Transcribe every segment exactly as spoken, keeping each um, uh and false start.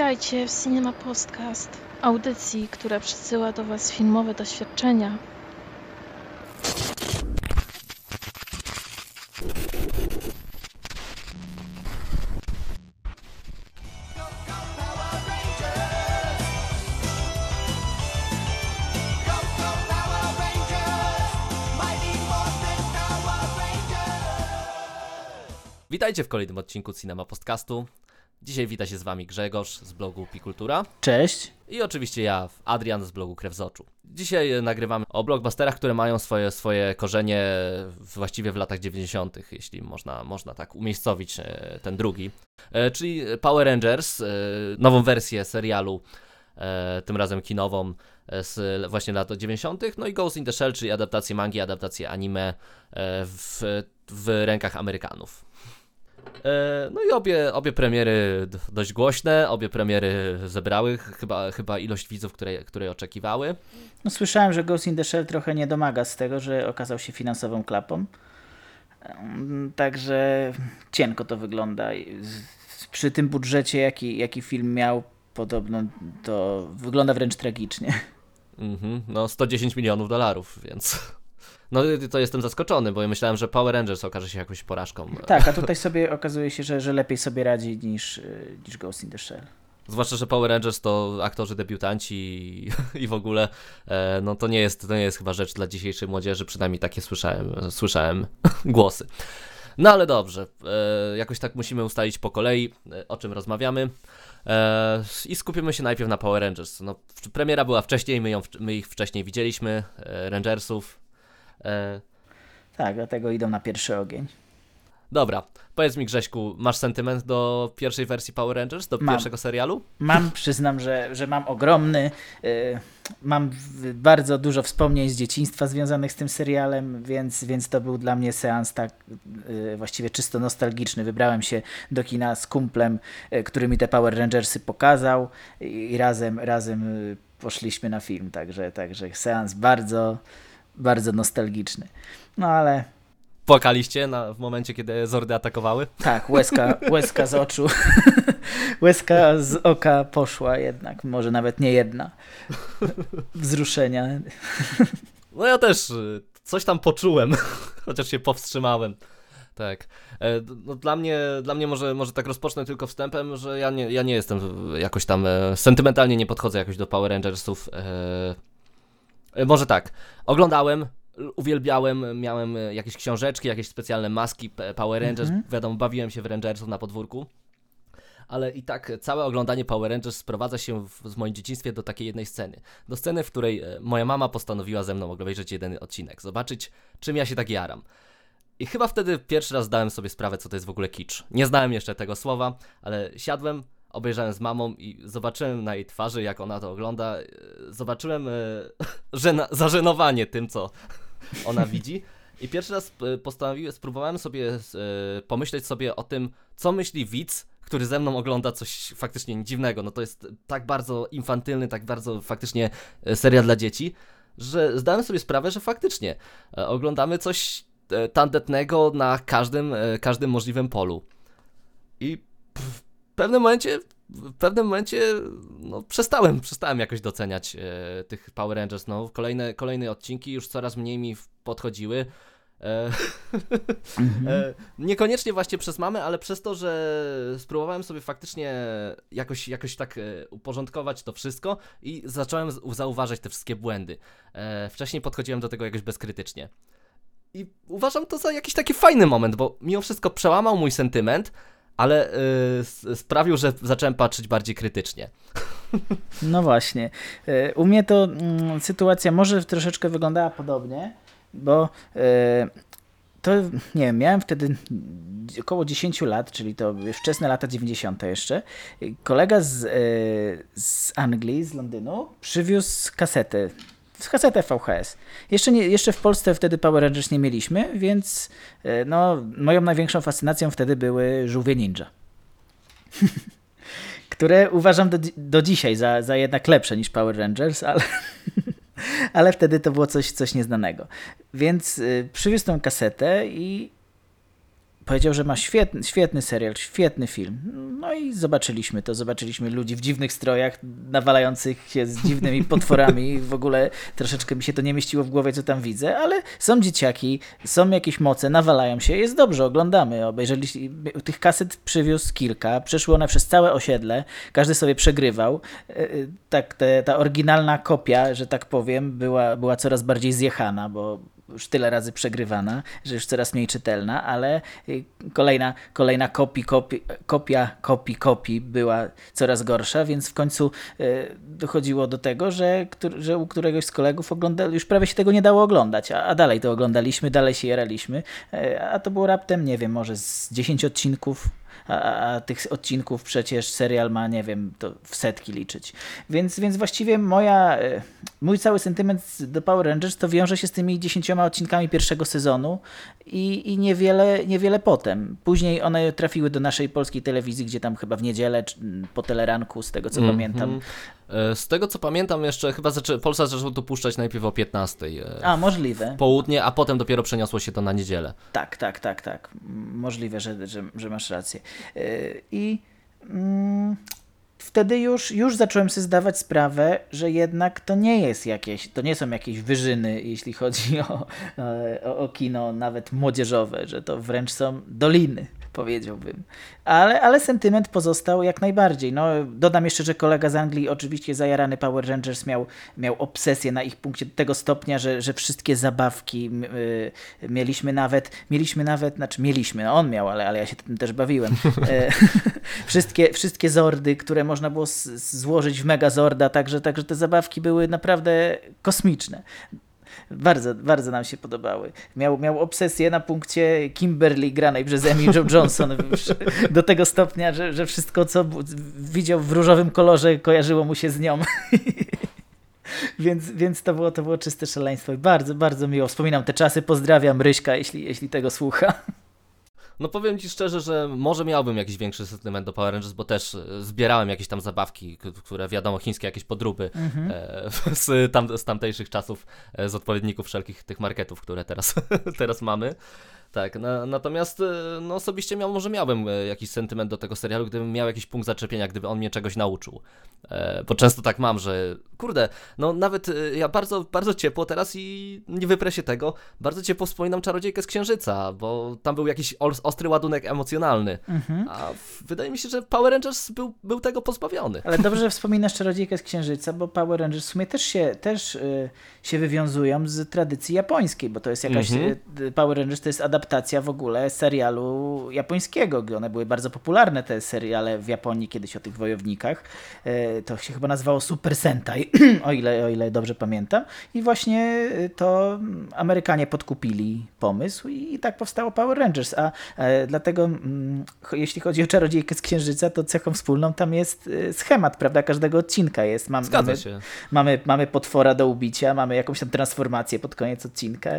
Witajcie w Cinema Podcast, audycji, która przesyła do Was filmowe doświadczenia. Witajcie w kolejnym odcinku Cinema Podcastu. Dzisiaj wita się z wami Grzegorz z blogu Pikultura. Cześć. I oczywiście ja, Adrian z blogu Krew z oczu. Dzisiaj nagrywamy o blockbusterach, które mają swoje, swoje korzenie właściwie w latach dziewięćdziesiątych, jeśli można, można tak umiejscowić ten drugi. Czyli Power Rangers, nową wersję serialu, tym razem kinową, z właśnie lat dziewięćdziesiątych. No i Ghost in the Shell, czyli adaptację mangi, adaptację anime w, w rękach Amerykanów. No i obie, obie premiery dość głośne, obie premiery zebrały chyba, chyba ilość widzów, której, której oczekiwały. No, słyszałem, że Ghost in the Shell trochę nie domaga z tego, że okazał się finansową klapą. Także cienko to wygląda. Przy tym budżecie, jaki, jaki film miał, podobno to wygląda wręcz tragicznie. Mm-hmm. No sto dziesięć milionów dolarów, więc... No to jestem zaskoczony, bo ja myślałem, że Power Rangers okaże się jakąś porażką. Tak, a tutaj sobie okazuje się, że, że lepiej sobie radzi niż, niż Ghost in the Shell. Zwłaszcza, że Power Rangers to aktorzy debiutanci i, i w ogóle e, no to nie jest, to nie jest chyba rzecz dla dzisiejszej młodzieży, przynajmniej takie słyszałem, słyszałem głosy. No ale dobrze, e, jakoś tak musimy ustalić po kolei, e, o czym rozmawiamy. E, I skupimy się najpierw na Power Rangers. No, premiera była wcześniej, my, ją, my ich wcześniej widzieliśmy, e, Rangersów. E... Tak, dlatego idą na pierwszy ogień. Dobra, powiedz mi Grześku, masz sentyment do pierwszej wersji Power Rangers, do mam. pierwszego serialu? Mam, przyznam, że, że mam ogromny, yy, mam bardzo dużo wspomnień z dzieciństwa związanych z tym serialem, więc, więc to był dla mnie seans tak yy, właściwie czysto nostalgiczny. Wybrałem się do kina z kumplem, yy, który mi te Power Rangersy pokazał i, i razem, razem yy, poszliśmy na film, także, także seans bardzo... bardzo nostalgiczny. No ale... Płakaliście na, w momencie, kiedy Zordy atakowały? Tak, łezka, łezka z oczu. Łezka z oka poszła jednak, może nawet nie jedna. Wzruszenia. No ja też coś tam poczułem, chociaż się powstrzymałem. Tak. No, dla mnie, dla mnie może, może tak rozpocznę tylko wstępem, że ja nie, ja nie jestem jakoś tam, sentymentalnie nie podchodzę jakoś do Power Rangersów. Może tak, oglądałem, uwielbiałem, miałem jakieś książeczki, jakieś specjalne maski Power Rangers, mm-hmm. wiadomo, bawiłem się w Rangersów na podwórku, ale i tak całe oglądanie Power Rangers sprowadza się w, w moim dzieciństwie do takiej jednej sceny. Do sceny, w której moja mama postanowiła ze mną obejrzeć jeden odcinek, zobaczyć, czym ja się tak jaram. I chyba wtedy pierwszy raz zdałem sobie sprawę, co to jest w ogóle kicz. Nie znałem jeszcze tego słowa, ale siadłem, obejrzałem z mamą i zobaczyłem na jej twarzy, jak ona to ogląda, zobaczyłem e, żena- zażenowanie tym, co ona widzi. I pierwszy raz postanowiłem, spróbowałem sobie e, pomyśleć sobie o tym, co myśli widz, który ze mną ogląda coś faktycznie dziwnego. No to jest tak bardzo infantylny, tak bardzo faktycznie serial dla dzieci, że zdałem sobie sprawę, że faktycznie e, oglądamy coś e, tandetnego na każdym, e, każdym możliwym polu. I pff, W pewnym momencie, w pewnym momencie no, przestałem, przestałem jakoś doceniać e, tych Power Rangers. No, kolejne, kolejne odcinki już coraz mniej mi podchodziły. E, mm-hmm. e, niekoniecznie właśnie przez mamę, ale przez to, że spróbowałem sobie faktycznie jakoś, jakoś tak e, uporządkować to wszystko i zacząłem z- zauważać te wszystkie błędy. E, wcześniej podchodziłem do tego jakoś bezkrytycznie. I uważam to za jakiś taki fajny moment, bo mimo wszystko przełamał mój sentyment, ale yy, sprawił, że zacząłem patrzeć bardziej krytycznie. No właśnie. U mnie to mm, sytuacja może troszeczkę wyglądała podobnie, bo yy, to, nie wiem, miałem wtedy około dziesięć lat, czyli to wczesne lata dziewięćdziesiąte jeszcze. Kolega z, yy, z Anglii, z Londynu, przywiózł kasetę. Kasetę V H S. Jeszcze, nie, jeszcze w Polsce wtedy Power Rangers nie mieliśmy, więc no, moją największą fascynacją wtedy były żółwie ninja. Które uważam do, do dzisiaj za, za jednak lepsze niż Power Rangers, ale, ale wtedy to było coś, coś nieznanego. Więc y, przywiózł tą kasetę i powiedział, że ma świetny, świetny serial, świetny film. No i zobaczyliśmy to. Zobaczyliśmy ludzi w dziwnych strojach, nawalających się z dziwnymi potworami. W ogóle troszeczkę mi się to nie mieściło w głowie, co tam widzę, ale są dzieciaki, są jakieś moce, nawalają się, jest dobrze, oglądamy. Obejrzeliśmy, tych kaset przywiózł kilka, przeszły one przez całe osiedle, każdy sobie przegrywał. Tak, te, ta oryginalna kopia, że tak powiem, była, była coraz bardziej zjechana, bo już tyle razy przegrywana, że już coraz mniej czytelna, ale kolejna, kolejna kopii, kopii, kopia kopii kopii była coraz gorsza, więc w końcu dochodziło do tego, że, że u któregoś z kolegów ogląda, już prawie się tego nie dało oglądać, a, a dalej to oglądaliśmy, dalej się jaraliśmy, a to było raptem, nie wiem, może z dziesięć odcinków, A, a tych odcinków przecież serial ma, nie wiem, to w setki liczyć. Więc, więc właściwie moja, mój cały sentyment do Power Rangers to wiąże się z tymi dziesięcioma odcinkami pierwszego sezonu i, i niewiele, niewiele potem. Później one trafiły do naszej polskiej telewizji, gdzie tam chyba w niedzielę po teleranku, z tego co mm-hmm. pamiętam. Z tego co pamiętam jeszcze, chyba zaczę... Polsat zaczął to puszczać najpierw o piętnastej. A, możliwe. W południe, a potem dopiero przeniosło się to na niedzielę. Tak, tak, tak, tak. Możliwe, że, że, że masz rację. I mm, wtedy już, już zacząłem sobie zdawać sprawę, że jednak to nie jest jakieś, to nie są jakieś wyżyny, jeśli chodzi o, o, o kino nawet młodzieżowe, że to wręcz są doliny, powiedziałbym. Ale, ale sentyment pozostał jak najbardziej. No, dodam jeszcze, że kolega z Anglii, oczywiście zajarany Power Rangers, miał, miał obsesję na ich punkcie do tego stopnia, że, że wszystkie zabawki yy, mieliśmy nawet, mieliśmy nawet, znaczy mieliśmy, no on miał, ale, ale ja się tym też bawiłem. wszystkie, wszystkie zordy, które można było z, złożyć w Megazorda, także, także te zabawki były naprawdę kosmiczne. Bardzo, bardzo nam się podobały. Miał, miał obsesję na punkcie Kimberly granej przez Amy Jo Johnson do tego stopnia, że, że wszystko, co widział w różowym kolorze, kojarzyło mu się z nią. Więc, więc to było, to było czyste szaleństwo i bardzo, bardzo miło. Wspominam te czasy, pozdrawiam Ryśka, jeśli, jeśli tego słucha. No powiem ci szczerze, że może miałbym jakiś większy sentyment do Power Rangers, bo też zbierałem jakieś tam zabawki, które wiadomo, chińskie jakieś podróby mm-hmm. e, z, tam, z tamtejszych czasów, e, z odpowiedników wszelkich tych marketów, które teraz, teraz mamy. Tak, na, natomiast no osobiście miał, może miałbym jakiś sentyment do tego serialu, gdybym miał jakiś punkt zaczepienia, gdyby on mnie czegoś nauczył. E, bo często tak mam, że kurde, no nawet ja bardzo, bardzo ciepło teraz i nie wyprę się tego, bardzo ciepło wspominam Czarodziejkę z Księżyca, bo tam był jakiś ostry ładunek emocjonalny, mhm. a wydaje mi się, że Power Rangers był, był tego pozbawiony. Ale dobrze, że wspominasz Czarodziejkę z Księżyca, bo Power Rangers w sumie też się, też, y, się wywiązują z tradycji japońskiej, bo to jest jakaś, mhm. y, Power Rangers to jest adaptacja w ogóle serialu japońskiego, gdzie one były bardzo popularne, te seriale w Japonii kiedyś o tych wojownikach. Y, to się chyba nazywało Super Sentai, o ile, o ile dobrze pamiętam. I właśnie to Amerykanie podkupili pomysł i, i tak powstało Power Rangers. A e, dlatego m, jeśli chodzi o Czarodziejkę z Księżyca, to cechą wspólną tam jest e, schemat, prawda, każdego odcinka jest. Mam, Zgadza mamy, się. Mamy, mamy potwora do ubicia, mamy jakąś tam transformację pod koniec odcinka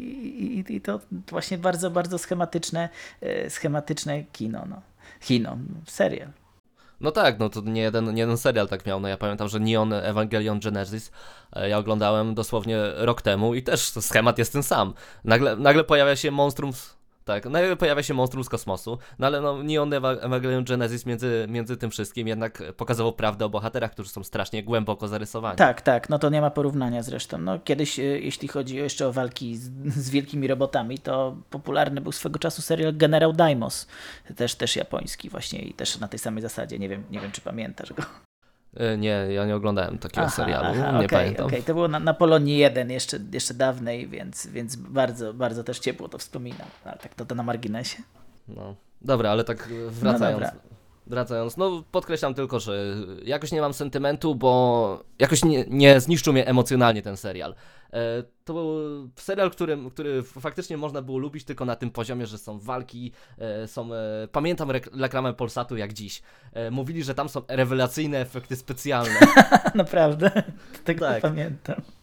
i, i, i to właśnie bardzo, bardzo schematyczne, e, schematyczne kino, no. Kino, serial. No tak, no to nie jeden, nie jeden serial tak miał, no ja pamiętam, że Neon Evangelion Genesis ja oglądałem dosłownie rok temu i też schemat jest ten sam. Nagle, nagle pojawia się monstrum, tak, nagle pojawia się monstrum z kosmosu, no ale no Neon Evangelion Genesis między, między tym wszystkim jednak pokazywał prawdę o bohaterach, którzy są strasznie głęboko zarysowani. Tak, tak, no to nie ma porównania zresztą. No kiedyś, jeśli chodzi jeszcze o walki z, z wielkimi robotami, to popularny był swego czasu serial Generał Daimos, też, też japoński właśnie i też na tej samej zasadzie, nie wiem, nie wiem czy pamiętasz go. Nie, ja nie oglądałem takiego aha, serialu, aha, nie okay, pamiętam. Okay. To było na, na Polonii jeden jeszcze, jeszcze dawnej, więc, więc bardzo, bardzo też ciepło to wspominam. Ale tak to, to na marginesie. No, dobra, ale tak wracając, no dobra. wracając, no podkreślam tylko, że jakoś nie mam sentymentu, bo jakoś nie, nie zniszczył mnie emocjonalnie ten serial. E, to był serial, który, który faktycznie można było lubić tylko na tym poziomie, że są walki, e, są, e, pamiętam rek- reklamę Polsatu jak dziś. E, mówili, że tam są rewelacyjne efekty specjalne. Naprawdę? Tego tak. nie pamiętam.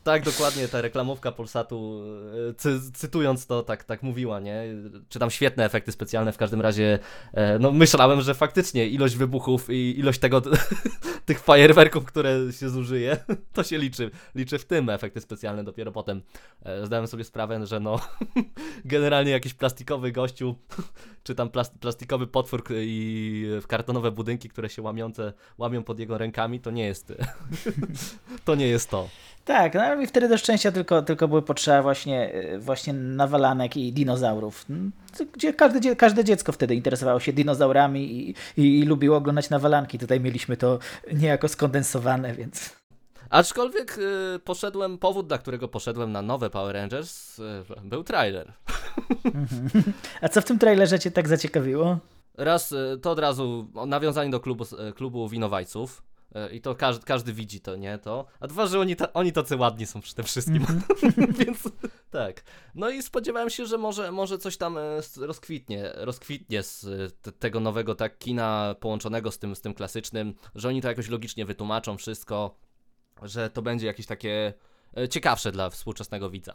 Tak, dokładnie, ta reklamówka Polsatu, e, cy, cytując to, tak, tak mówiła, nie? Czy tam świetne efekty specjalne, w każdym razie, e, no myślałem, że faktycznie ilość wybuchów i ilość tego, tych fajerwerków, które się zużyje, to się liczy, liczy w tym efekty specjalne, dopiero potem e, zdałem sobie sprawę, że no, generalnie jakiś plastikowy gościu, czy tam plas- plastikowy potwór i kartonowe budynki, które się łamiące, łamią pod jego rękami, to nie jest, to nie jest to. Tak, no ale wtedy do szczęścia tylko, tylko były potrzeba właśnie, właśnie nawalanek i dinozaurów. Gdzie każde, każde dziecko wtedy interesowało się dinozaurami i, i, i lubiło oglądać nawalanki. Tutaj mieliśmy to niejako skondensowane, więc... Aczkolwiek y, poszedłem, powód, dla którego poszedłem na nowe Power Rangers, y, był trailer. A co w tym trailerze cię tak zaciekawiło? Raz, y, to od razu nawiązanie do klubu, y, klubu winowajców. I to każdy, każdy widzi to, nie? To. A dwa, że oni, ta, oni tacy ładni są przy tym wszystkim. Mm-hmm. Więc tak. No i spodziewałem się, że może, może coś tam rozkwitnie, rozkwitnie z te, tego nowego tak kina połączonego z tym, z tym klasycznym, że oni to jakoś logicznie wytłumaczą wszystko, że to będzie jakieś takie ciekawsze dla współczesnego widza.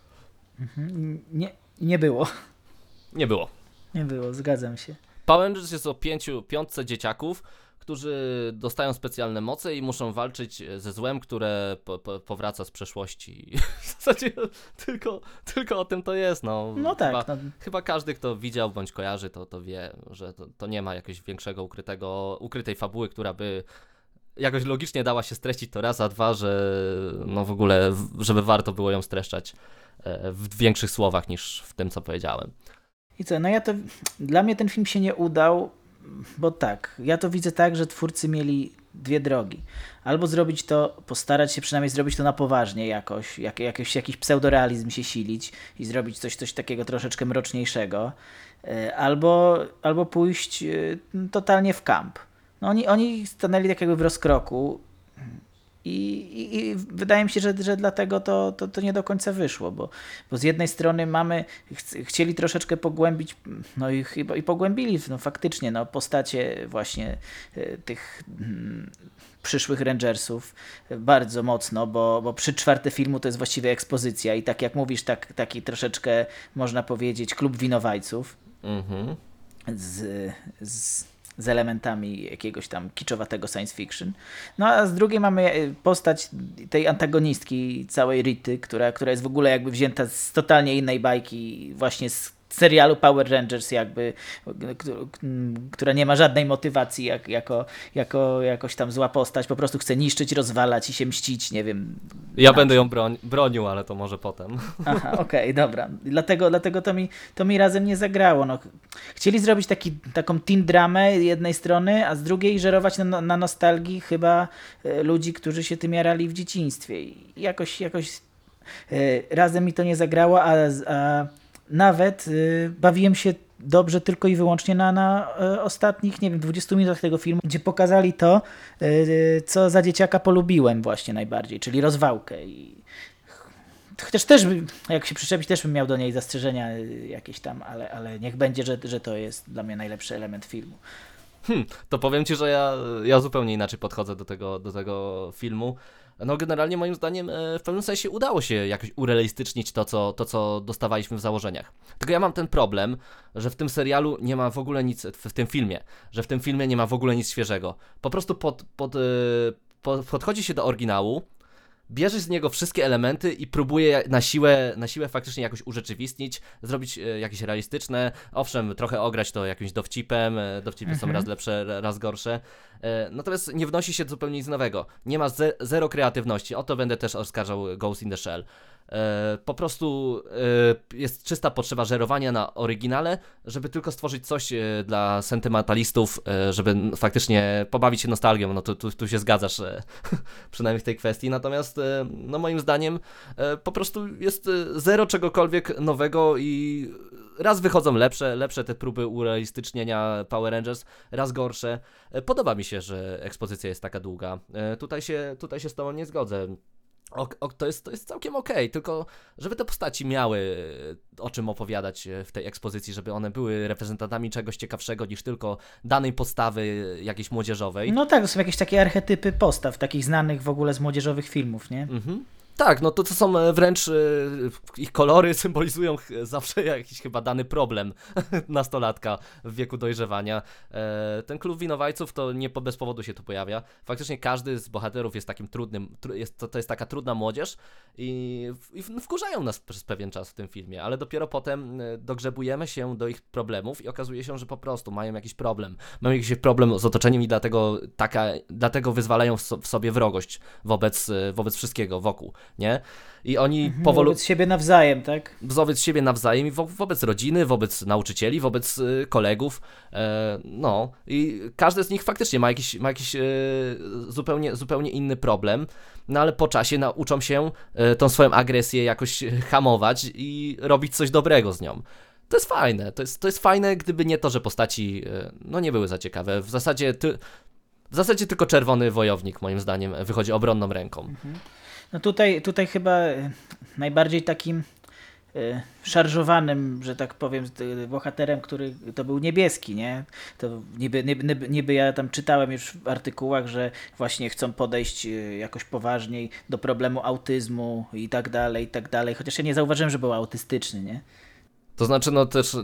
Mm-hmm. Nie, nie było. Nie było. Nie było, zgadzam się. Power Rangers jest o pięciu, piątce dzieciaków, którzy dostają specjalne moce i muszą walczyć ze złem, które po, po, powraca z przeszłości. W zasadzie tylko, tylko o tym to jest. No, no tak. Chyba, no. chyba każdy, kto widział bądź kojarzy, to, to wie, że to, to nie ma jakiegoś większego ukrytego, ukrytej fabuły, która by jakoś logicznie dała się streścić, to raz, a dwa, że no w ogóle, żeby warto było ją streszczać w większych słowach niż w tym, co powiedziałem. I co, no ja to, dla mnie ten film się nie udał, bo tak, ja to widzę tak, że twórcy mieli dwie drogi. Albo zrobić to, postarać się przynajmniej zrobić to na poważnie jakoś, jak, jakoś, jakiś pseudorealizm się silić i zrobić coś, coś takiego troszeczkę mroczniejszego, albo, albo pójść totalnie w kamp. No oni, oni stanęli tak jakby w rozkroku i, i, i wydaje mi się, że, że dlatego to, to, to nie do końca wyszło, bo, bo z jednej strony mamy, ch- chcieli troszeczkę pogłębić, no i chyba i pogłębili no faktycznie no, postacie właśnie y, tych y, przyszłych Rangersów bardzo mocno, bo, bo przy czwarte filmu to jest właściwie ekspozycja i tak jak mówisz, tak, taki troszeczkę można powiedzieć klub winowajców Mhm. z, z z elementami jakiegoś tam kiczowatego science fiction. No a z drugiej mamy postać tej antagonistki całej Rity, która, która jest w ogóle jakby wzięta z totalnie innej bajki, właśnie z serialu Power Rangers jakby, która nie ma żadnej motywacji jak, jako, jako jakoś tam zła postać, po prostu chce niszczyć, rozwalać i się mścić, nie wiem. Ja będę ją broń, bronił, ale to może potem. Aha, okej, okay, dobra. Dlatego, dlatego to, mi, to mi razem nie zagrało. No, chcieli zrobić taki, taką teen dramę z jednej strony, a z drugiej żerować na, na nostalgii chyba e, ludzi, którzy się tym jarali w dzieciństwie. I jakoś, jakoś e, razem mi to nie zagrało, a, a nawet y, bawiłem się dobrze tylko i wyłącznie na, na y, ostatnich, nie wiem, dwudziestu minutach tego filmu, gdzie pokazali to, y, co za dzieciaka polubiłem właśnie najbardziej, czyli rozwałkę. I chociaż też, jak się przyczepić, też bym miał do niej zastrzeżenia y, jakieś tam, ale, ale niech będzie, że, że to jest dla mnie najlepszy element filmu. Hmm, to powiem ci, że ja, ja zupełnie inaczej podchodzę do tego, do tego filmu. No generalnie moim zdaniem w pewnym sensie udało się jakoś urealistycznić to co, to, co dostawaliśmy w założeniach. Tylko ja mam ten problem, że w tym serialu nie ma w ogóle nic, w tym filmie, że w tym filmie nie ma w ogóle nic świeżego. Po prostu pod, pod, pod, podchodzi się do oryginału, bierze z niego wszystkie elementy i próbuje na siłę, na siłę faktycznie jakoś urzeczywistnić, zrobić e, jakieś realistyczne, owszem, trochę ograć to jakimś dowcipem, e, dowcipy mhm. są raz lepsze, raz gorsze, e, natomiast nie wnosi się zupełnie nic nowego, nie ma ze, zero kreatywności, o to będę też oskarżał Ghost in the Shell. E, po prostu e, jest czysta potrzeba żerowania na oryginale, żeby tylko stworzyć coś e, dla sentymentalistów, e, żeby faktycznie pobawić się nostalgią, no tu, tu, tu się zgadzasz e, przynajmniej w tej kwestii, natomiast e, no moim zdaniem e, po prostu jest zero czegokolwiek nowego i raz wychodzą lepsze, lepsze te próby urealistycznienia Power Rangers, raz gorsze. E, podoba mi się, że ekspozycja jest taka długa. E, tutaj się, tutaj się z tobą nie zgodzę. O, o, to, jest, to jest całkiem okej, okay, tylko żeby te postaci miały o czym opowiadać w tej ekspozycji, żeby one były reprezentantami czegoś ciekawszego niż tylko danej postawy jakiejś młodzieżowej. No tak, to są jakieś takie archetypy postaw, takich znanych w ogóle z młodzieżowych filmów, nie? Mhm. Tak, no to, to są e, wręcz e, ich kolory symbolizują ch- zawsze jakiś chyba dany problem nastolatka w wieku dojrzewania. E, ten klub winowajców to nie po, bez powodu się tu pojawia. Faktycznie każdy z bohaterów jest takim trudnym, tru, jest, to, to jest taka trudna młodzież i, i wkurzają nas przez pewien czas w tym filmie, ale dopiero potem e, dogrzebujemy się do ich problemów i okazuje się, że po prostu mają jakiś problem. Mają jakiś problem z otoczeniem i dlatego, taka, dlatego wyzwalają w, so, w sobie wrogość wobec, e, wobec wszystkiego wokół. Nie? I oni Mhm, powolu... wobec siebie nawzajem, tak? wobec siebie nawzajem i wo- wobec rodziny, wobec nauczycieli, wobec y, kolegów, e, no i każdy z nich faktycznie ma jakiś, ma jakiś e, zupełnie, zupełnie inny problem, no ale po czasie nauczą się e, tą swoją agresję jakoś hamować i robić coś dobrego z nią. To jest fajne, to jest, to jest fajne, gdyby nie to, że postaci e, no nie były za ciekawe. W zasadzie, ty, w zasadzie tylko czerwony wojownik moim zdaniem wychodzi obronną ręką. Mhm. No tutaj, tutaj chyba e, najbardziej takim e, szarżowanym, że tak powiem, e, bohaterem, który to był niebieski, nie? To niby, niby, niby ja tam czytałem już w artykułach, że właśnie chcą podejść e, jakoś poważniej do problemu autyzmu i tak dalej, i tak dalej, chociaż ja nie zauważyłem, że był autystyczny, nie? To znaczy, no też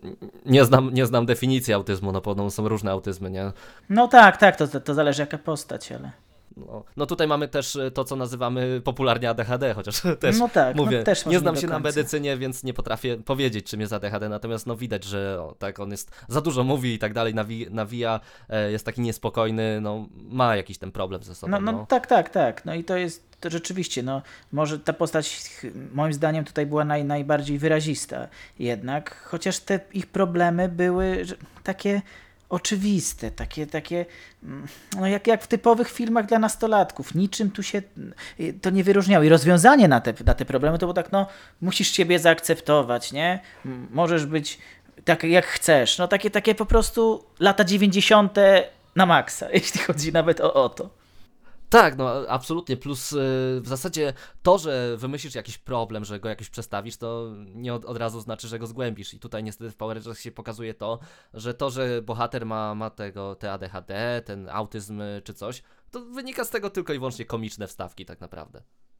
nie znam, nie znam definicji autyzmu, no podobno są różne autyzmy, nie? No tak, tak, to, to zależy jaka postać, ale... No, no tutaj mamy też to, co nazywamy popularnie A D H D, chociaż też No tak, mówię, no też może nie nie znam do się na końca. medycynie, więc nie potrafię powiedzieć, czym jest A D H D, natomiast no widać, że o, tak, on jest, za dużo mówi i tak dalej, nawi- nawija, e, jest taki niespokojny, no ma jakiś ten problem ze sobą. No, No, no tak, tak, tak. No i to jest to rzeczywiście, no może ta postać ch- moim zdaniem tutaj była naj, najbardziej wyrazista jednak, chociaż te ich problemy były że- takie oczywiste, takie, takie mm, no jak, jak w typowych filmach dla nastolatków. Niczym tu się y, to nie wyróżniało. I rozwiązanie na te, na te problemy to było tak, no musisz siebie zaakceptować, nie? M- Możesz być tak jak chcesz. No takie, takie po prostu lata dziewięćdziesiąte na maksa, jeśli chodzi nawet o, o to. Tak, no absolutnie, plus y, w zasadzie to, że wymyślisz jakiś problem, że go jakoś przestawisz, to nie od, od razu znaczy, że go zgłębisz i tutaj niestety w Power Rangers się pokazuje to, że to, że bohater ma, ma tego, te A D H D, ten autyzm y, czy coś, to wynika z tego tylko i wyłącznie komiczne wstawki tak naprawdę.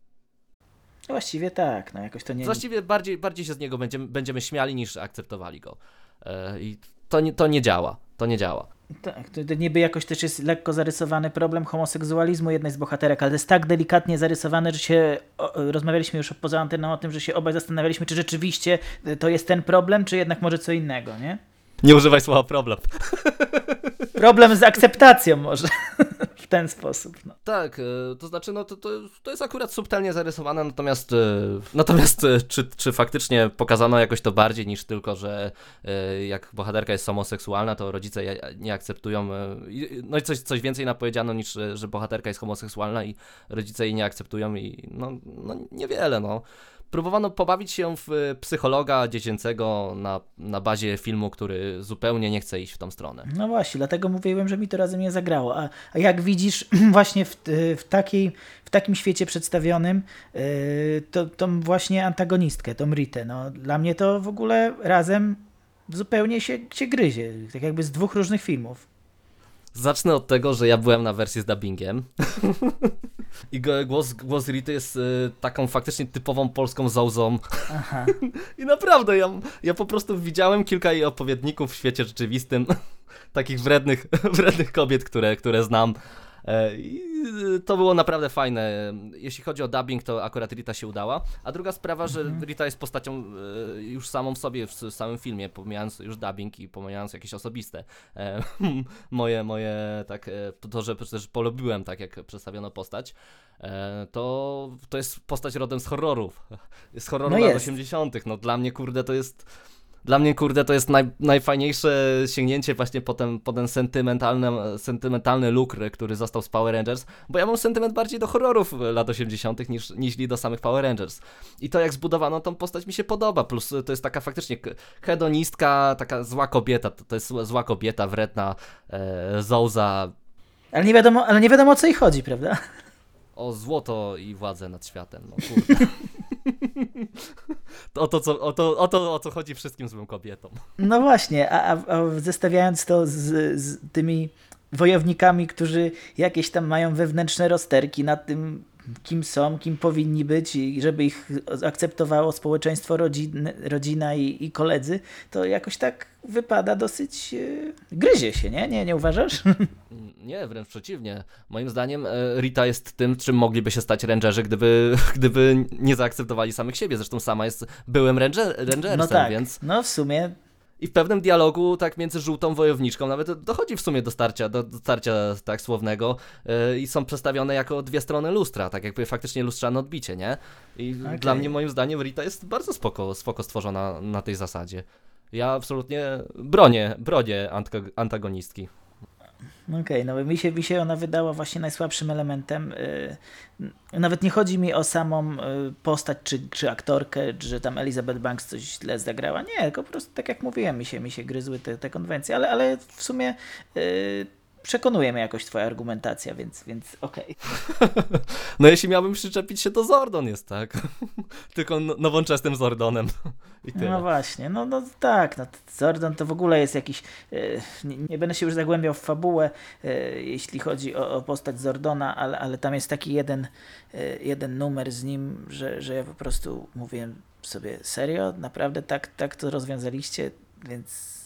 Właściwie tak, no jakoś to nie... Właściwie bardziej, bardziej się z niego będziemy, będziemy śmiali niż akceptowali go y, i to nie, to nie działa, to nie działa. Tak, to, to niby jakoś też jest lekko zarysowany problem homoseksualizmu jednej z bohaterek, ale to jest tak delikatnie zarysowane, że się, o, rozmawialiśmy już poza anteną o tym, że się obaj zastanawialiśmy, czy rzeczywiście to jest ten problem, czy jednak może co innego, nie? Nie używaj słowa problem. Problem z akceptacją może w ten sposób. No. Tak, e, to znaczy, no to, to, to jest akurat subtelnie zarysowane, natomiast, e, natomiast e, czy, czy faktycznie pokazano jakoś to bardziej niż tylko, że e, jak bohaterka jest homoseksualna, to rodzice je nie akceptują, e, i- no i coś, coś więcej napowiedziano niż, e, że bohaterka jest homoseksualna i rodzice jej nie akceptują i no, no niewiele, no. Próbowano pobawić się w e, psychologa dziecięcego na, na bazie filmu, który zupełnie nie chce iść w tą stronę. No właśnie, dlatego mówiłem, że mi to razem nie zagrało. A, a jak widzisz, właśnie w, w, takiej, w takim świecie przedstawionym, yy, to tą właśnie antagonistkę, tą Ritę, no, dla mnie to w ogóle razem zupełnie się, się gryzie. Tak jakby z dwóch różnych filmów. Zacznę od tego, że ja byłem na wersji z dubbingiem i go- głos, głos Rity jest y, taką faktycznie typową polską zołzą Aha. i naprawdę ja, ja po prostu widziałem kilka jej opowiedników w świecie rzeczywistym, takich wrednych, wrednych kobiet, które, które znam. E, I to było naprawdę fajne. Jeśli chodzi o dubbing, to akurat Rita się udała. A druga sprawa, że Rita jest postacią e, już samą w sobie, w s- samym filmie, pomijając już dubbing i pomijając jakieś osobiste. E, moje, moje, tak, e, to, to, że też polubiłem, tak jak przedstawiono postać, e, to, to jest postać rodem z horrorów. Z horroru No lat jest. osiemdziesiątych. No dla mnie, kurde, to jest... Dla mnie, kurde, to jest naj, najfajniejsze sięgnięcie właśnie po ten, po ten sentymentalny, sentymentalny lukr, który został z Power Rangers, bo ja mam sentyment bardziej do horrorów lat osiemdziesiątych niż, niż do samych Power Rangers. I to, jak zbudowano tą postać, mi się podoba, plus to jest taka faktycznie k- hedonistka, taka zła kobieta, to, to jest zła kobieta, wredna, e, zołza, Ale nie wiadomo, ale nie wiadomo o co jej chodzi, prawda? o złoto i władzę nad światem, no kurde. To, o, to, co, o, to, o to, o co chodzi wszystkim złym kobietom. No właśnie, a, a, a zestawiając to z, z tymi wojownikami, którzy jakieś tam mają wewnętrzne rozterki nad tym, kim są, kim powinni być i żeby ich akceptowało społeczeństwo, rodzin, rodzina i, i koledzy, to jakoś tak wypada dosyć, yy, gryzie się, nie? Nie, nie uważasz? Nie, wręcz przeciwnie. Moim zdaniem e, Rita jest tym, czym mogliby się stać rangerzy, gdyby, gdyby nie zaakceptowali samych siebie. Zresztą sama jest byłym ranger, rangersem, No tak, więc... no w sumie I w pewnym dialogu tak między żółtą wojowniczką nawet dochodzi w sumie do starcia, do, do starcia tak słownego yy, i są przedstawione jako dwie strony lustra, tak jakby faktycznie lustrzane odbicie, nie? I Okej. dla mnie moim zdaniem Rita jest bardzo spoko, spoko stworzona na tej zasadzie. Ja absolutnie bronię, bronię antka- antagonistki. okej, okay, no bo mi się, mi się ona wydała właśnie najsłabszym elementem. Yy, nawet nie chodzi mi o samą yy, postać czy, czy aktorkę, że tam Elizabeth Banks coś źle zagrała. Nie, tylko po prostu tak jak mówiłem, mi się, mi się gryzły te, te konwencje, ale, ale w sumie yy, przekonuje mnie jakoś twoja argumentacja, więc, więc okej. Okay. No jeśli miałbym przyczepić się, to Zordon jest, tak? Tylko no, nowoczesnym Zordonem. I tyle. No właśnie, no, no tak, no, Zordon to w ogóle jest jakiś, yy, nie, nie będę się już zagłębiał w fabułę, yy, jeśli chodzi o, o postać Zordona, ale, ale tam jest taki jeden, yy, jeden numer z nim, że, że ja po prostu mówiłem sobie, serio? Naprawdę tak, tak to rozwiązaliście? Więc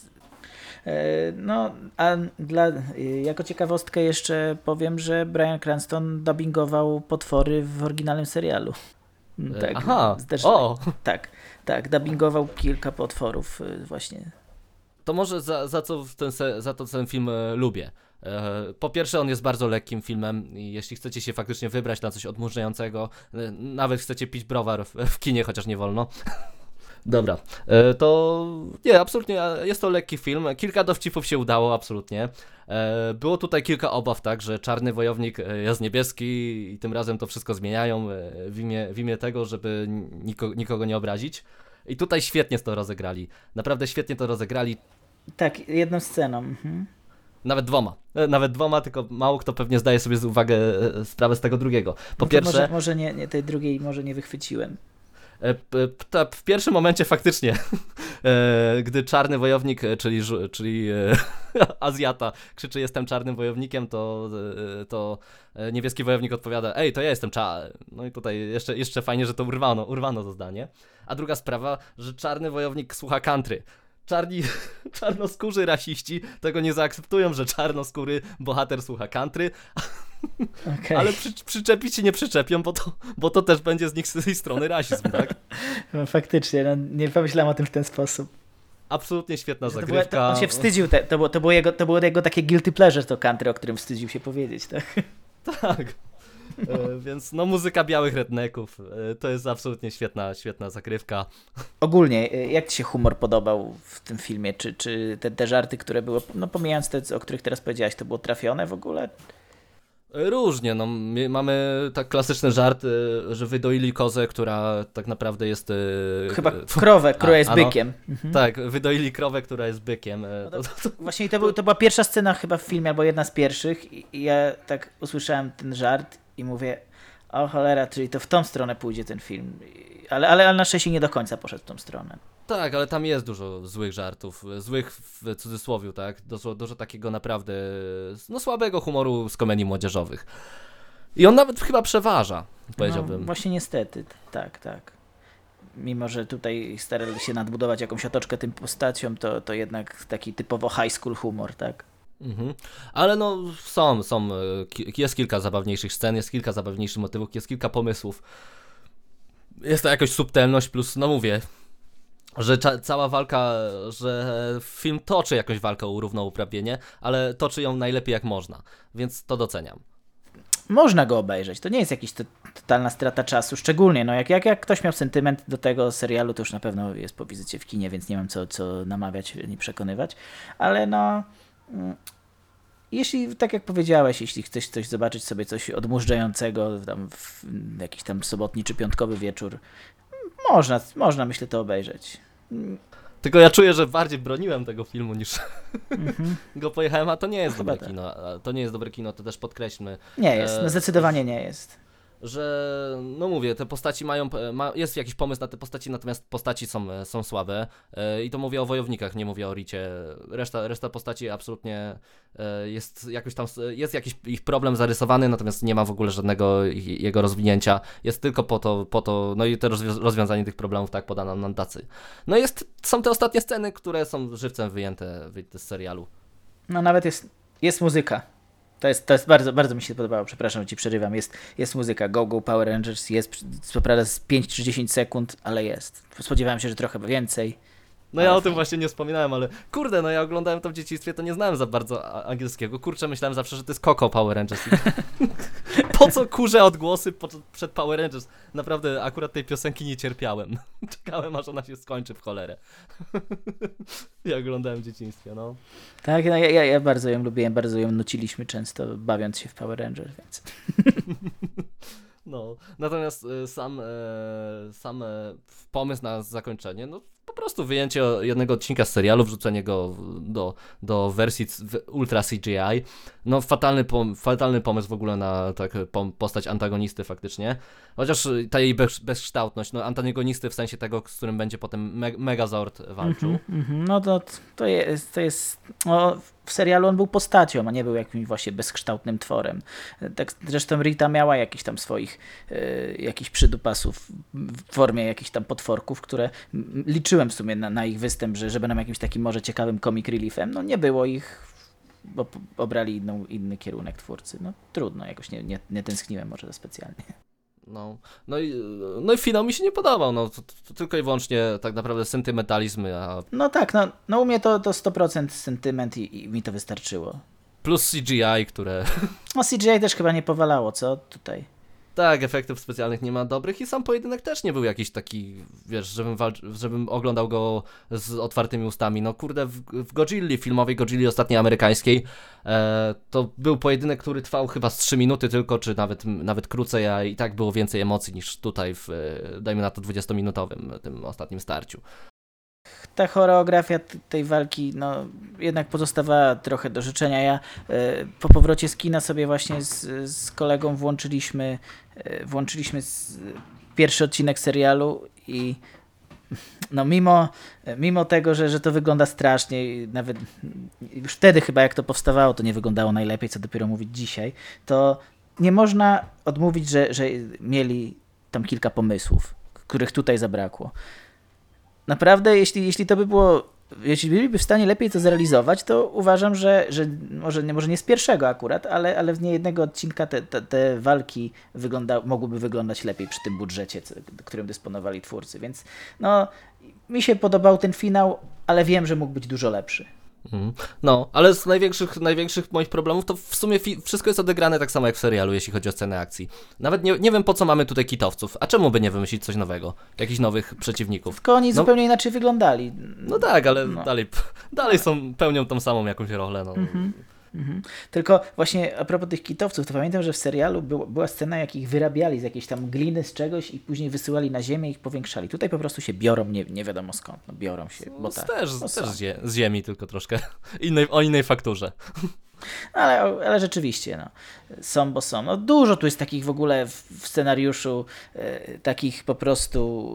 no, a dla, jako ciekawostkę jeszcze powiem, że Bryan Cranston dubbingował potwory w oryginalnym serialu. Tak, Aha, zdarzyło. o! Tak, tak, dubbingował kilka potworów właśnie. To może za, za, co ten, se- za to ten film e, lubię. E, po pierwsze, on jest bardzo lekkim filmem i jeśli chcecie się faktycznie wybrać na coś odmurzającego, e, nawet chcecie pić browar w, w kinie, chociaż nie wolno. Dobra, e, to nie, absolutnie jest to lekki film. Kilka dowcipów się udało, absolutnie. E, było tutaj kilka obaw, tak, że czarny wojownik e, jest niebieski i tym razem to wszystko zmieniają e, w imię, w imię tego, żeby niko, nikogo nie obrazić. I tutaj świetnie to rozegrali. Naprawdę świetnie to rozegrali. Tak, jedną sceną. Mhm. Nawet dwoma. E, Nawet dwoma, tylko mało kto pewnie zdaje sobie z uwagę e, sprawę z tego drugiego. Po No to pierwsze... Może, może nie, nie, tej drugiej może nie wychwyciłem. E, p- p- W pierwszym momencie faktycznie, e, gdy czarny wojownik, e, czyli, żu- czyli e, Azjata krzyczy jestem czarnym wojownikiem, to, e, to e, niebieski wojownik odpowiada ej, to ja jestem czarny. No i tutaj jeszcze, jeszcze fajnie, że to urwano, urwano to zdanie. A druga sprawa, że czarny wojownik słucha country. Czarni, czarnoskórzy rasiści tego nie zaakceptują, że czarnoskóry bohater słucha country, Okay. ale przy, przyczepić się nie przyczepią, bo to, bo to też będzie z nich z tej strony rasizm, tak? No, faktycznie, no, nie pomyślałem o tym w ten sposób. Absolutnie świetna To było, zagrywka. to on się wstydził, te, to, było, to, było jego, to było jego takie guilty pleasure, to country, o którym wstydził się powiedzieć, tak? Tak. E, więc no muzyka białych redneków, e, to jest absolutnie świetna, świetna zagrywka. Ogólnie, y, jak ci się humor podobał w tym filmie? Czy, czy te, te żarty, które były, no pomijając te, o których teraz powiedziałeś, to było trafione w ogóle? E, Różnie, no m- mamy tak klasyczny żart, e, że wydoili kozę, która tak naprawdę jest... e, Chyba e, krowę, która a, jest a no. bykiem. Mhm. Tak, wydoili krowę, która jest bykiem. e, No to- to- to- Właśnie to, był, to była pierwsza scena chyba w filmie, albo jedna z pierwszych i, i ja tak usłyszałem ten żart i mówię, o cholera, czyli to w tą stronę pójdzie ten film. I- Ale, ale, ale na szczęście nie do końca poszedł w tą stronę. Tak, ale tam jest dużo złych żartów, złych w cudzysłowiu, tak? Dużo, dużo takiego naprawdę, no słabego humoru z komedii młodzieżowych. I on nawet chyba przeważa, powiedziałbym. No, właśnie niestety, tak, tak. Mimo, że tutaj starali się nadbudować jakąś otoczkę tym postaciom, to, to jednak taki typowo high school humor, tak? Mhm. Ale no są, są, e, ki- jest kilka zabawniejszych scen, jest kilka zabawniejszych motywów, jest kilka pomysłów. Jest to jakaś subtelność plus, no mówię, że cza- cała walka, że film toczy jakąś walkę o równouprawnienie, ale toczy ją najlepiej jak można, więc to doceniam. Można go obejrzeć, to nie jest jakaś to, totalna strata czasu, szczególnie no jak, jak, jak ktoś miał sentyment do tego serialu, to już na pewno jest po wizycie w kinie, więc nie mam co, co namawiać, nie przekonywać, ale no mm, jeśli, tak jak powiedziałeś, jeśli chcesz coś zobaczyć sobie, coś odmurzającego tam w jakiś tam sobotni czy piątkowy wieczór, można, można myślę to obejrzeć. Tylko ja czuję, że bardziej broniłem tego filmu niż Mhm. go pojechałem, a to nie jest Chyba dobre tak. kino. A to nie jest dobre kino, to też podkreślmy. Nie jest, E, no zdecydowanie nie jest. że no mówię, te postaci mają, ma, jest jakiś pomysł na te postaci, natomiast postaci są, są słabe e, i to mówię o wojownikach, nie mówię o Ricie. Reszta, reszta postaci absolutnie e, jest jakoś tam, jest jakiś ich problem zarysowany, natomiast nie ma w ogóle żadnego ich, jego rozwinięcia. Jest tylko po to, po to, no i te rozwią- rozwiązanie tych problemów tak podano nam tacy. No i jest, są te ostatnie sceny, które są żywcem wyjęte, wyjęte z serialu. No nawet jest, jest muzyka. To jest, to jest bardzo, bardzo mi się podobało, przepraszam, że ci przerywam. Jest, jest muzyka, Go Go Power Rangers, jest co prawda z pięć czy dziesięć sekund, ale jest. Spodziewałem się, że trochę więcej. No ja o tym właśnie nie wspominałem, ale kurde, no ja oglądałem to w dzieciństwie, to nie znałem za bardzo a- angielskiego. Kurczę, myślałem zawsze, że to jest Coco Power Rangers. Po co kurze odgłosy po, przed Power Rangers? Naprawdę akurat tej piosenki nie cierpiałem. Czekałem, aż ona się skończy w cholerę. Ja oglądałem w dzieciństwie, no. Tak, no ja, ja, ja bardzo ją lubiłem, bardzo ją nuciliśmy często, bawiąc się w Power Rangers, więc... No, natomiast y, sam, e, sam e, pomysł na zakończenie, no po prostu wyjęcie jednego odcinka z serialu, wrzucenie go do, do wersji c- w Ultra C G I, no fatalny, pom- fatalny pomysł w ogóle na tak, pom- postać antagonisty faktycznie, chociaż y, ta jej bez- bezkształtność, no antagonisty w sensie tego, z którym będzie potem Me- Megazord walczył. Mhm, mhm. No to, to jest, to jest no, w serialu on był postacią, a nie był jakimś właśnie bezkształtnym tworem. Tak, zresztą Rita miała jakiś tam swoich y, jakichś przydupasów w formie jakichś tam potworków, które m, liczyłem w sumie na, na ich występ, że, że będą jakimś takim może ciekawym comic reliefem. No nie było ich, bo p- obrali inną, inny kierunek twórcy. No trudno, jakoś nie, nie, nie tęskniłem może za specjalnie. No, no, i, no i finał mi się nie podobał, no to, to tylko i wyłącznie tak naprawdę sentymentalizm, a No tak, no, no u mnie to, to sto procent sentyment i, i mi to wystarczyło. plus C G I, które No C G I też chyba nie powalało, co tutaj? tak, efektów specjalnych nie ma dobrych i sam pojedynek też nie był jakiś taki, wiesz, żebym, walcz- żebym oglądał go z otwartymi ustami. No kurde, w, w Godzilli, filmowej Godzilli ostatniej amerykańskiej, e, to był pojedynek, który trwał chyba z trzy minuty tylko, czy nawet, nawet krócej, a i tak było więcej emocji niż tutaj w, e, dajmy na to dwudziestominutowym, tym ostatnim starciu. Ta choreografia t- tej walki no, jednak pozostawała trochę do życzenia. Ja e, po powrocie z kina sobie właśnie z, z kolegą włączyliśmy, e, włączyliśmy z, pierwszy odcinek serialu i no mimo, mimo tego, że, że to wygląda strasznie, i nawet już wtedy chyba jak to powstawało, to nie wyglądało najlepiej, co dopiero mówić dzisiaj, to nie można odmówić, że, że mieli tam kilka pomysłów, których tutaj zabrakło. Naprawdę, jeśli, jeśli to by było, jeśli byliby w stanie lepiej to zrealizować, to uważam, że, że może, nie, może nie z pierwszego akurat, ale, ale w niejednego odcinka te, te, te walki wygląda, mogłyby wyglądać lepiej przy tym budżecie, co, którym dysponowali twórcy. Więc no, mi się podobał ten finał, ale wiem, że mógł być dużo lepszy. Mhm. No, ale z największych, największych moich problemów to w sumie fi- wszystko jest odegrane tak samo jak w serialu, jeśli chodzi o scenę akcji. Nawet nie, nie wiem, po co mamy tutaj kitowców, a czemu by nie wymyślić coś nowego, jakichś nowych przeciwników. Tylko oni No- zupełnie inaczej wyglądali. No tak, ale No. dalej, dalej są, pełnią tą samą jakąś rolę, no. Mhm. Mhm. Tylko właśnie a propos tych kitowców, to pamiętam, że w serialu był, była scena, jak ich wyrabiali z jakiejś tam gliny, z czegoś i później wysyłali na ziemię i ich powiększali. Tutaj po prostu się biorą, nie, nie wiadomo skąd, no biorą się, bo No, tak. też, no też są. z, zie- z ziemi, tylko troszkę innej, o innej fakturze. Ale, ale rzeczywiście, no, są, bo są. No, dużo tu jest takich w ogóle w, w scenariuszu, e, takich po prostu,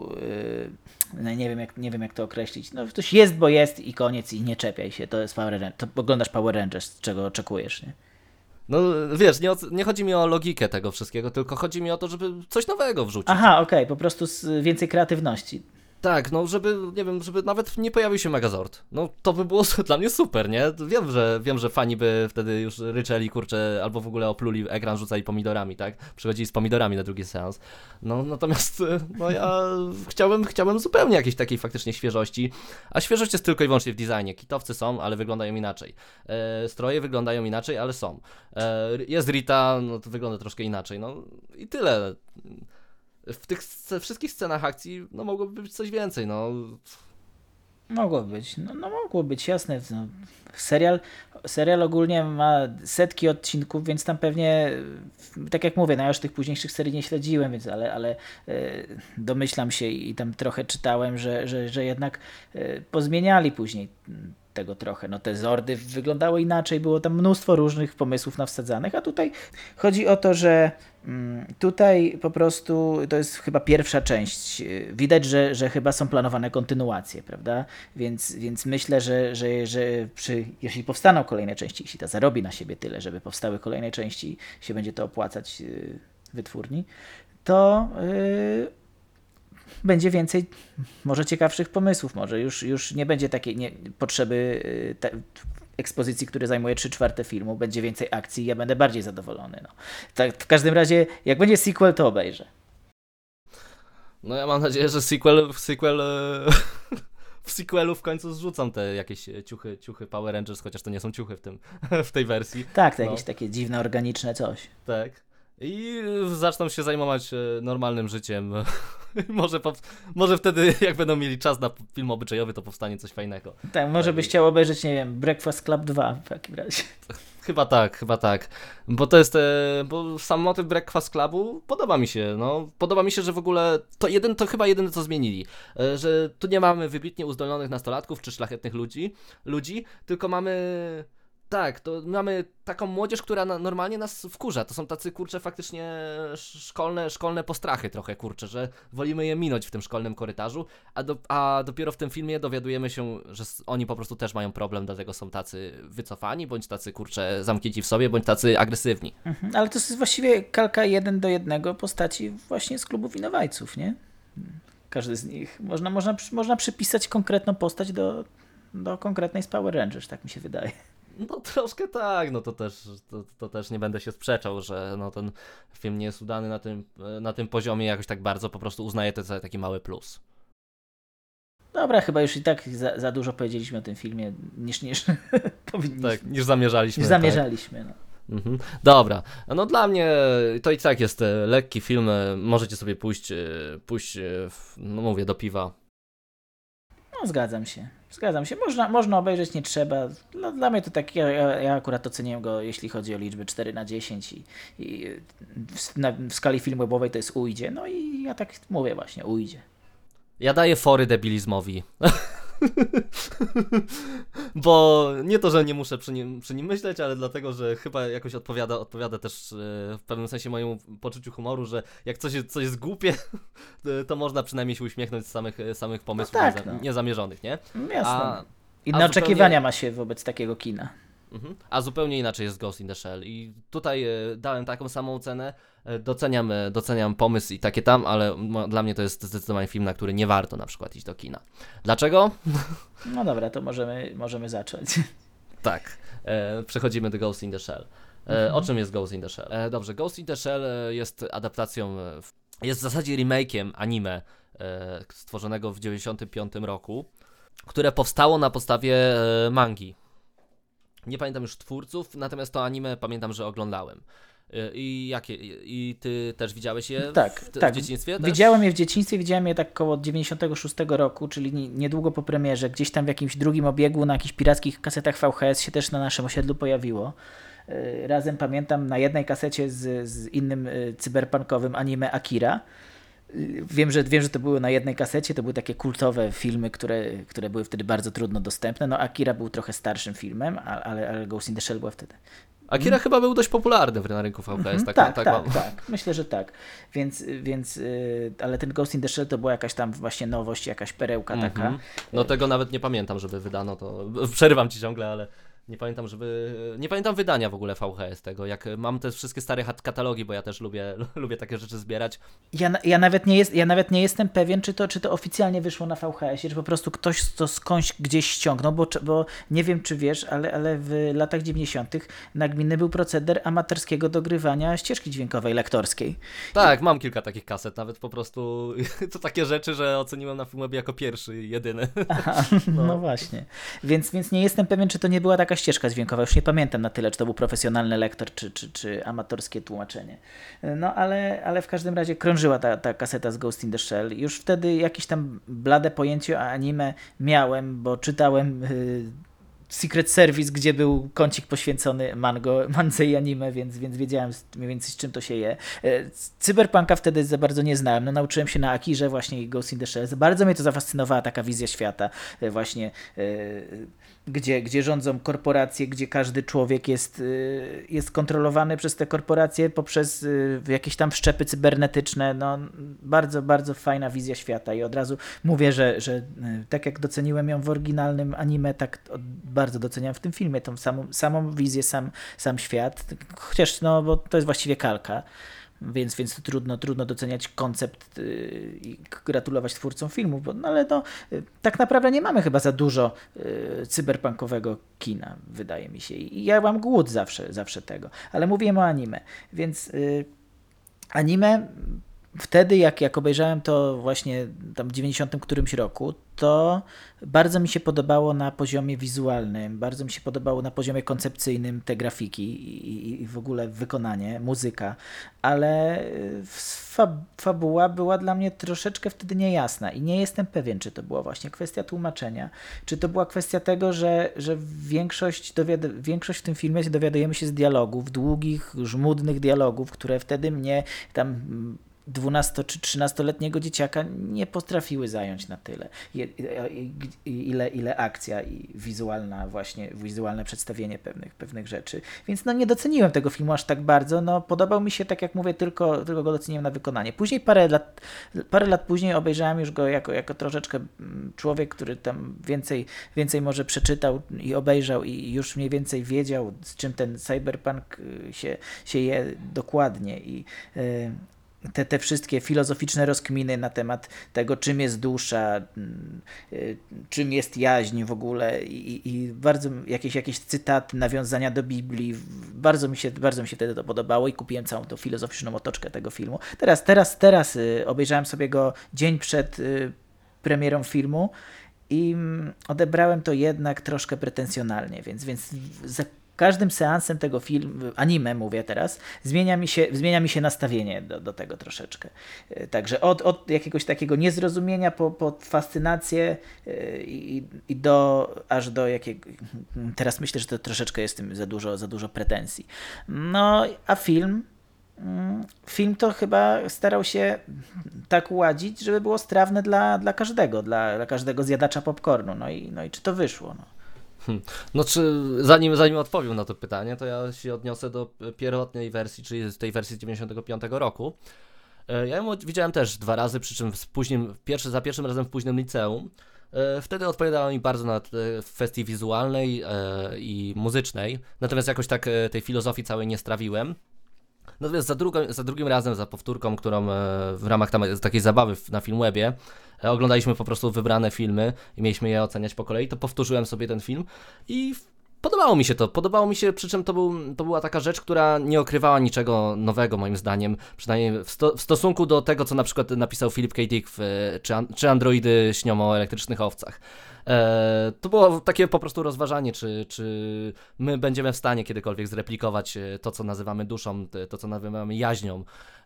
e, no, nie wiem, jak, nie wiem jak to określić. No, ktoś jest, bo jest i koniec i nie czepiaj się. To jest Power Rangers. To oglądasz Power Rangers, czego oczekujesz, nie? No wiesz, nie, o, nie chodzi mi o logikę tego wszystkiego, tylko chodzi mi o to, żeby coś nowego wrzucić. Aha, okej, po prostu z, więcej kreatywności. Tak, no żeby, nie wiem, żeby nawet nie pojawił się Megazord. No to by było dla mnie super, nie? Wiem, że wiem, że fani by wtedy już ryczeli, kurczę, albo w ogóle opluli ekran, rzucali pomidorami, tak? Przychodzili z pomidorami na drugi seans. No natomiast, no ja chciałbym, chciałbym zupełnie jakiejś takiej faktycznie świeżości. A świeżość jest tylko i wyłącznie w designie. Kitowcy są, ale wyglądają inaczej. E, stroje wyglądają inaczej, ale są. E, jest Rita, no to wygląda troszkę inaczej. No i tyle. W tych sc- wszystkich scenach akcji, no mogłoby być coś więcej, no. Mogło być, no, no mogło być, jasne. No. Serial, serial ogólnie ma setki odcinków, więc tam pewnie, tak jak mówię, no ja już tych późniejszych serii nie śledziłem, więc ale, ale e, domyślam się i tam trochę czytałem, że, że, że jednak e, pozmieniali później tego trochę. No te Zordy wyglądały inaczej, było tam mnóstwo różnych pomysłów nawsadzanych, a tutaj chodzi o to, że mm, tutaj po prostu to jest chyba pierwsza część. Widać, że, że chyba są planowane kontynuacje, prawda? Więc, więc myślę, że, że, że przy, jeśli powstaną kolejne części, jeśli ta zarobi na siebie tyle, żeby powstały kolejne części, się będzie to opłacać yy, wytwórni, to yy, będzie więcej może ciekawszych pomysłów, może już, już nie będzie takiej nie, potrzeby yy, te, ekspozycji, które zajmuje trzy czwarte filmu, będzie więcej akcji i ja będę bardziej zadowolony. No. Tak, w każdym razie, jak będzie sequel, to obejrzę. No ja mam nadzieję, że sequel, sequel e, w sequelu w końcu zrzucam te jakieś ciuchy, ciuchy Power Rangers, chociaż to nie są ciuchy w tym, w tej wersji. Tak, to No. jakieś takie dziwne, organiczne coś. Tak. I zaczną się zajmować e, normalnym życiem. może, po, może wtedy, jak będą mieli czas na film obyczajowy, to powstanie coś fajnego. Tak, może Tak. byś chciał obejrzeć, nie wiem, Breakfast Club dwa w takim razie. Chyba tak, chyba tak. Bo to jest, e, bo sam motyw Breakfast Clubu podoba mi się, no. Podoba mi się, że w ogóle to jeden, to chyba jedyne co zmienili. E, że tu nie mamy wybitnie uzdolnionych nastolatków czy szlachetnych ludzi, ludzi, tylko mamy... Tak, to mamy taką młodzież, która na, normalnie nas wkurza. To są tacy, kurcze, faktycznie szkolne, szkolne postrachy trochę, kurcze, że wolimy je minąć w tym szkolnym korytarzu, a, do, a dopiero w tym filmie dowiadujemy się, że oni po prostu też mają problem, dlatego są tacy wycofani, bądź tacy, kurcze, zamknięci w sobie, bądź tacy agresywni. Mhm, ale to jest właściwie kalka jeden do jednego postaci właśnie z klubu winowajców, nie? Każdy z nich. Można, można, można przypisać konkretną postać do, do konkretnej z Power Rangers, tak mi się wydaje. No troszkę tak, no to też, to, to też nie będę się sprzeczał, że no ten film nie jest udany na tym, na tym poziomie jakoś tak bardzo, po prostu uznaję to za taki mały plus. Dobra, chyba już i tak za, za dużo powiedzieliśmy o tym filmie, niż, niż powinniśmy. Tak, niż zamierzaliśmy. Niż zamierzaliśmy, no. Mhm. Dobra, no dla mnie to i tak jest e, lekki film, e, możecie sobie pójść, e, pójść e, w, no mówię, do piwa. No zgadzam się, zgadzam się. Można, można obejrzeć, nie trzeba. Dla, dla mnie to tak, ja, ja akurat oceniłem go, jeśli chodzi o liczbę cztery na dziesięć i, i w, na, w skali filmowej to jest ujdzie. No i ja tak mówię właśnie, ujdzie. Ja daję fory debilizmowi. Bo nie to, że nie muszę przy nim, przy nim myśleć, ale dlatego, że chyba jakoś odpowiada, odpowiada też e, w pewnym sensie mojemu poczuciu humoru, że jak coś, coś jest głupie, to można przynajmniej się uśmiechnąć z samych, samych pomysłów No tak, nieza, no. niezamierzonych, nie? Jasne. A, Inne a oczekiwania zupełnie... ma się wobec takiego kina. Mhm. A zupełnie inaczej jest Ghost in the Shell i tutaj e, dałem taką samą cenę, e, doceniam, e, doceniam pomysł i takie tam, ale mo, dla mnie to jest zdecydowanie film, na który nie warto na przykład iść do kina. Dlaczego? No dobra, to możemy, możemy zacząć. Tak, e, przechodzimy do Ghost in the Shell. E, Mhm. O czym jest Ghost in the Shell? E, dobrze, Ghost in the Shell e, jest adaptacją, e, w- jest w zasadzie remake'iem anime e, stworzonego w dziewięćdziesiątym piątym roku, które powstało na podstawie e, mangi. Nie pamiętam już twórców, natomiast to anime pamiętam, że oglądałem. E, I jakie? I i ty też widziałeś je Tak, w, tak. w dzieciństwie? Też? Widziałem je w dzieciństwie, widziałem je tak koło dziewięćdziesiątego szóstego roku, czyli ni- niedługo po premierze, gdzieś tam w jakimś drugim obiegu na jakichś pirackich kasetach V H S się też na naszym osiedlu pojawiło. Yy, Razem pamiętam na jednej kasecie z, z innym yy, cyberpunkowym anime Akira. Yy, Wiem że, wiem, że to były na jednej kasecie, to były takie kultowe filmy, które, które były wtedy bardzo trudno dostępne. No Akira był trochę starszym filmem, a- ale, ale Ghost in the Shell była wtedy. Akira chyba był dość popularny w- na rynku V H S. Mhm, tak, tak, tak, tak, mam- tak. Myślę, że tak. Więc, więc yy, ale ten Ghost in the Shell to była jakaś tam właśnie nowość, jakaś perełka taka. Mhm. No tego nawet nie pamiętam, żeby wydano to. Przerywam ci ciągle, ale nie pamiętam, żeby. Nie pamiętam wydania w ogóle V H S tego. Jak mam te wszystkie stare hat- katalogi, bo ja też lubię, lubię takie rzeczy zbierać. Ja, na- ja, nawet nie jest, ja nawet nie jestem pewien, czy to, czy to oficjalnie wyszło na V H S ie, czy po prostu ktoś to skądś gdzieś ściągnął, bo, czy- bo nie wiem, czy wiesz, ale, ale w latach dziewięćdziesiątych nagminny był proceder amatorskiego dogrywania ścieżki dźwiękowej lektorskiej. Tak, mam kilka takich kaset, nawet po prostu to takie rzeczy, że oceniłem na Filmwebie jako pierwszy i jedyny. Aha, no. no właśnie. Więc, więc nie jestem pewien, czy to nie była taka ścieżka dźwiękowa. Już nie pamiętam na tyle, czy to był profesjonalny lektor, czy, czy, czy amatorskie tłumaczenie. No ale, ale w każdym razie krążyła ta, ta kaseta z Ghost in the Shell. Już wtedy jakieś tam blade pojęcie o anime miałem, bo czytałem y, Secret Service, gdzie był kącik poświęcony mango, mance i anime, więc, więc wiedziałem mniej więcej z czym to się je. Y, Cyberpunka wtedy za bardzo nie znałem. No, nauczyłem się na Akirze właśnie i Ghost in the Shell. Bardzo mnie to zafascynowała taka wizja świata. Y, właśnie y, gdzie, gdzie rządzą korporacje, gdzie każdy człowiek jest, y, jest kontrolowany przez te korporacje poprzez y, jakieś tam wszczepy cybernetyczne. No, bardzo, bardzo fajna wizja świata i od razu mówię, że, że y, tak jak doceniłem ją w oryginalnym anime, tak od, bardzo doceniam w tym filmie tą samą, samą wizję, sam, sam świat, chociaż no, bo to jest właściwie kalka. Więc, więc to trudno, trudno doceniać koncept yy, i gratulować twórcom filmu, bo, no ale no, yy, tak naprawdę nie mamy chyba za dużo yy, cyberpunkowego kina, wydaje mi się. I ja mam głód zawsze, zawsze tego. Ale mówiłem o anime, więc yy, anime wtedy, jak, jak obejrzałem to właśnie tam w dziewięćdziesiątym którymś roku, to bardzo mi się podobało na poziomie wizualnym, bardzo mi się podobało na poziomie koncepcyjnym te grafiki i, i w ogóle wykonanie, muzyka, ale fa- fabuła była dla mnie troszeczkę wtedy niejasna i nie jestem pewien, czy to była właśnie kwestia tłumaczenia, czy to była kwestia tego, że, że większość, dowiad- większość w tym filmie dowiadujemy się z dialogów, długich, żmudnych dialogów, które wtedy mnie tam dwunasto czy trzynastoletniego dzieciaka nie potrafiły zająć na tyle, ile, ile akcja i wizualna właśnie, wizualne przedstawienie pewnych, pewnych rzeczy. Więc no nie doceniłem tego filmu aż tak bardzo, no podobał mi się, tak jak mówię, tylko, tylko go doceniłem na wykonanie. Później parę lat, parę lat później obejrzałem już go jako, jako troszeczkę człowiek, który tam więcej, więcej może przeczytał i obejrzał i już mniej więcej wiedział, z czym ten cyberpunk się, się je dokładnie i yy, Te, te wszystkie filozoficzne rozkminy na temat tego, czym jest dusza, czym jest jaźń w ogóle i, i bardzo jakieś, jakieś cytaty, nawiązania do Biblii. Bardzo mi się, bardzo mi się wtedy to podobało i kupiłem całą tą filozoficzną otoczkę tego filmu. Teraz, teraz, teraz obejrzałem sobie go dzień przed premierą filmu i odebrałem to jednak troszkę pretensjonalnie, więc, więc za każdym seansem tego filmu, anime mówię teraz, zmienia mi się, zmienia mi się nastawienie do, do tego troszeczkę. Także od, od jakiegoś takiego niezrozumienia po, po fascynację i, i do, aż do jakiego... Teraz myślę, że to troszeczkę jest tym za dużo, za dużo pretensji. No, a film... Film to chyba starał się tak uładzić, żeby było strawne dla, dla każdego, dla, dla każdego zjadacza popcornu. No i, no i czy to wyszło? No. Hmm. No czy zanim, zanim odpowiem na to pytanie, to ja się odniosę do pierwotnej wersji, czyli z tej wersji z dziewięćdziesiątego piątego roku. Ja ją widziałem też dwa razy, przy czym w późnym, pierwszy, za pierwszym razem w późnym liceum. Wtedy odpowiadała mi bardzo na kwestii wizualnej i muzycznej, natomiast jakoś tak tej filozofii całej nie strawiłem. Natomiast za, drugą, za drugim razem, za powtórką, którą w ramach tam, takiej zabawy na Filmwebie oglądaliśmy po prostu wybrane filmy i mieliśmy je oceniać po kolei, to powtórzyłem sobie ten film i podobało mi się to, podobało mi się, przy czym to, był, to była taka rzecz, która nie okrywała niczego nowego moim zdaniem, przynajmniej w, sto, w stosunku do tego, co na przykład napisał Philip K. Dick w czy, an, czy androidy śnią o elektrycznych owcach. E, to było takie po prostu rozważanie, czy, czy my będziemy w stanie kiedykolwiek zreplikować to, co nazywamy duszą, to, co nazywamy jaźnią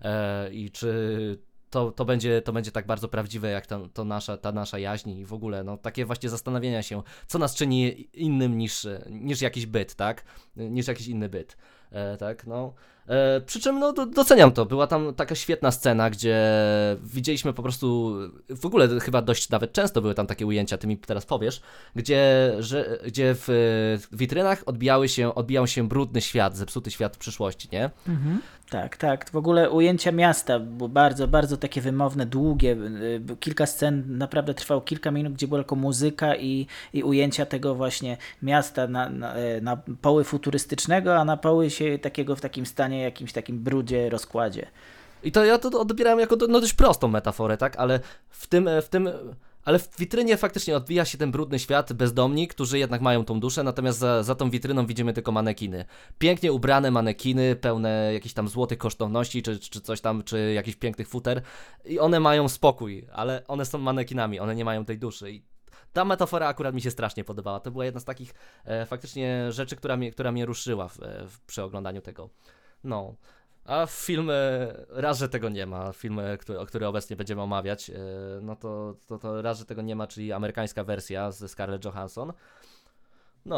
e, i czy to, to, będzie, to będzie tak bardzo prawdziwe, jak ta, to nasza, ta nasza jaźń i w ogóle, no takie właśnie zastanawiania się, co nas czyni innym niż, niż jakiś byt, tak, niż jakiś inny byt, e, tak, no. E, przy czym no, doceniam to, była tam taka świetna scena, gdzie widzieliśmy po prostu, w ogóle chyba dość nawet często były tam takie ujęcia, ty mi teraz powiesz, gdzie, że, gdzie w witrynach odbijały się, odbijał się brudny świat, zepsuty świat przyszłości, nie? Mhm. Tak, tak. W ogóle ujęcia miasta było bardzo, bardzo takie wymowne, długie. Kilka scen naprawdę trwało kilka minut, gdzie była tylko muzyka i, i ujęcia tego właśnie miasta na, na, na poły futurystycznego, a na poły się takiego w takim stanie, jakimś takim brudzie, rozkładzie. I to ja to odbierałem jako no, dość prostą metaforę, tak? Ale w tym, w tym... Ale w witrynie faktycznie odbija się ten brudny świat, bezdomni, którzy jednak mają tą duszę, natomiast za, za tą witryną widzimy tylko manekiny. Pięknie ubrane manekiny, pełne jakichś tam złotych kosztowności, czy, czy coś tam, czy jakichś pięknych futer. I one mają spokój, ale one są manekinami, one nie mają tej duszy. I ta metafora akurat mi się strasznie podobała. To była jedna z takich e, faktycznie rzeczy, która mnie, która mnie ruszyła w, w, przy oglądaniu tego. No... A w filmie, raz, że tego nie ma, film, który, który obecnie będziemy omawiać, no to, to, to raz, że tego nie ma, czyli amerykańska wersja ze Scarlett Johansson. No,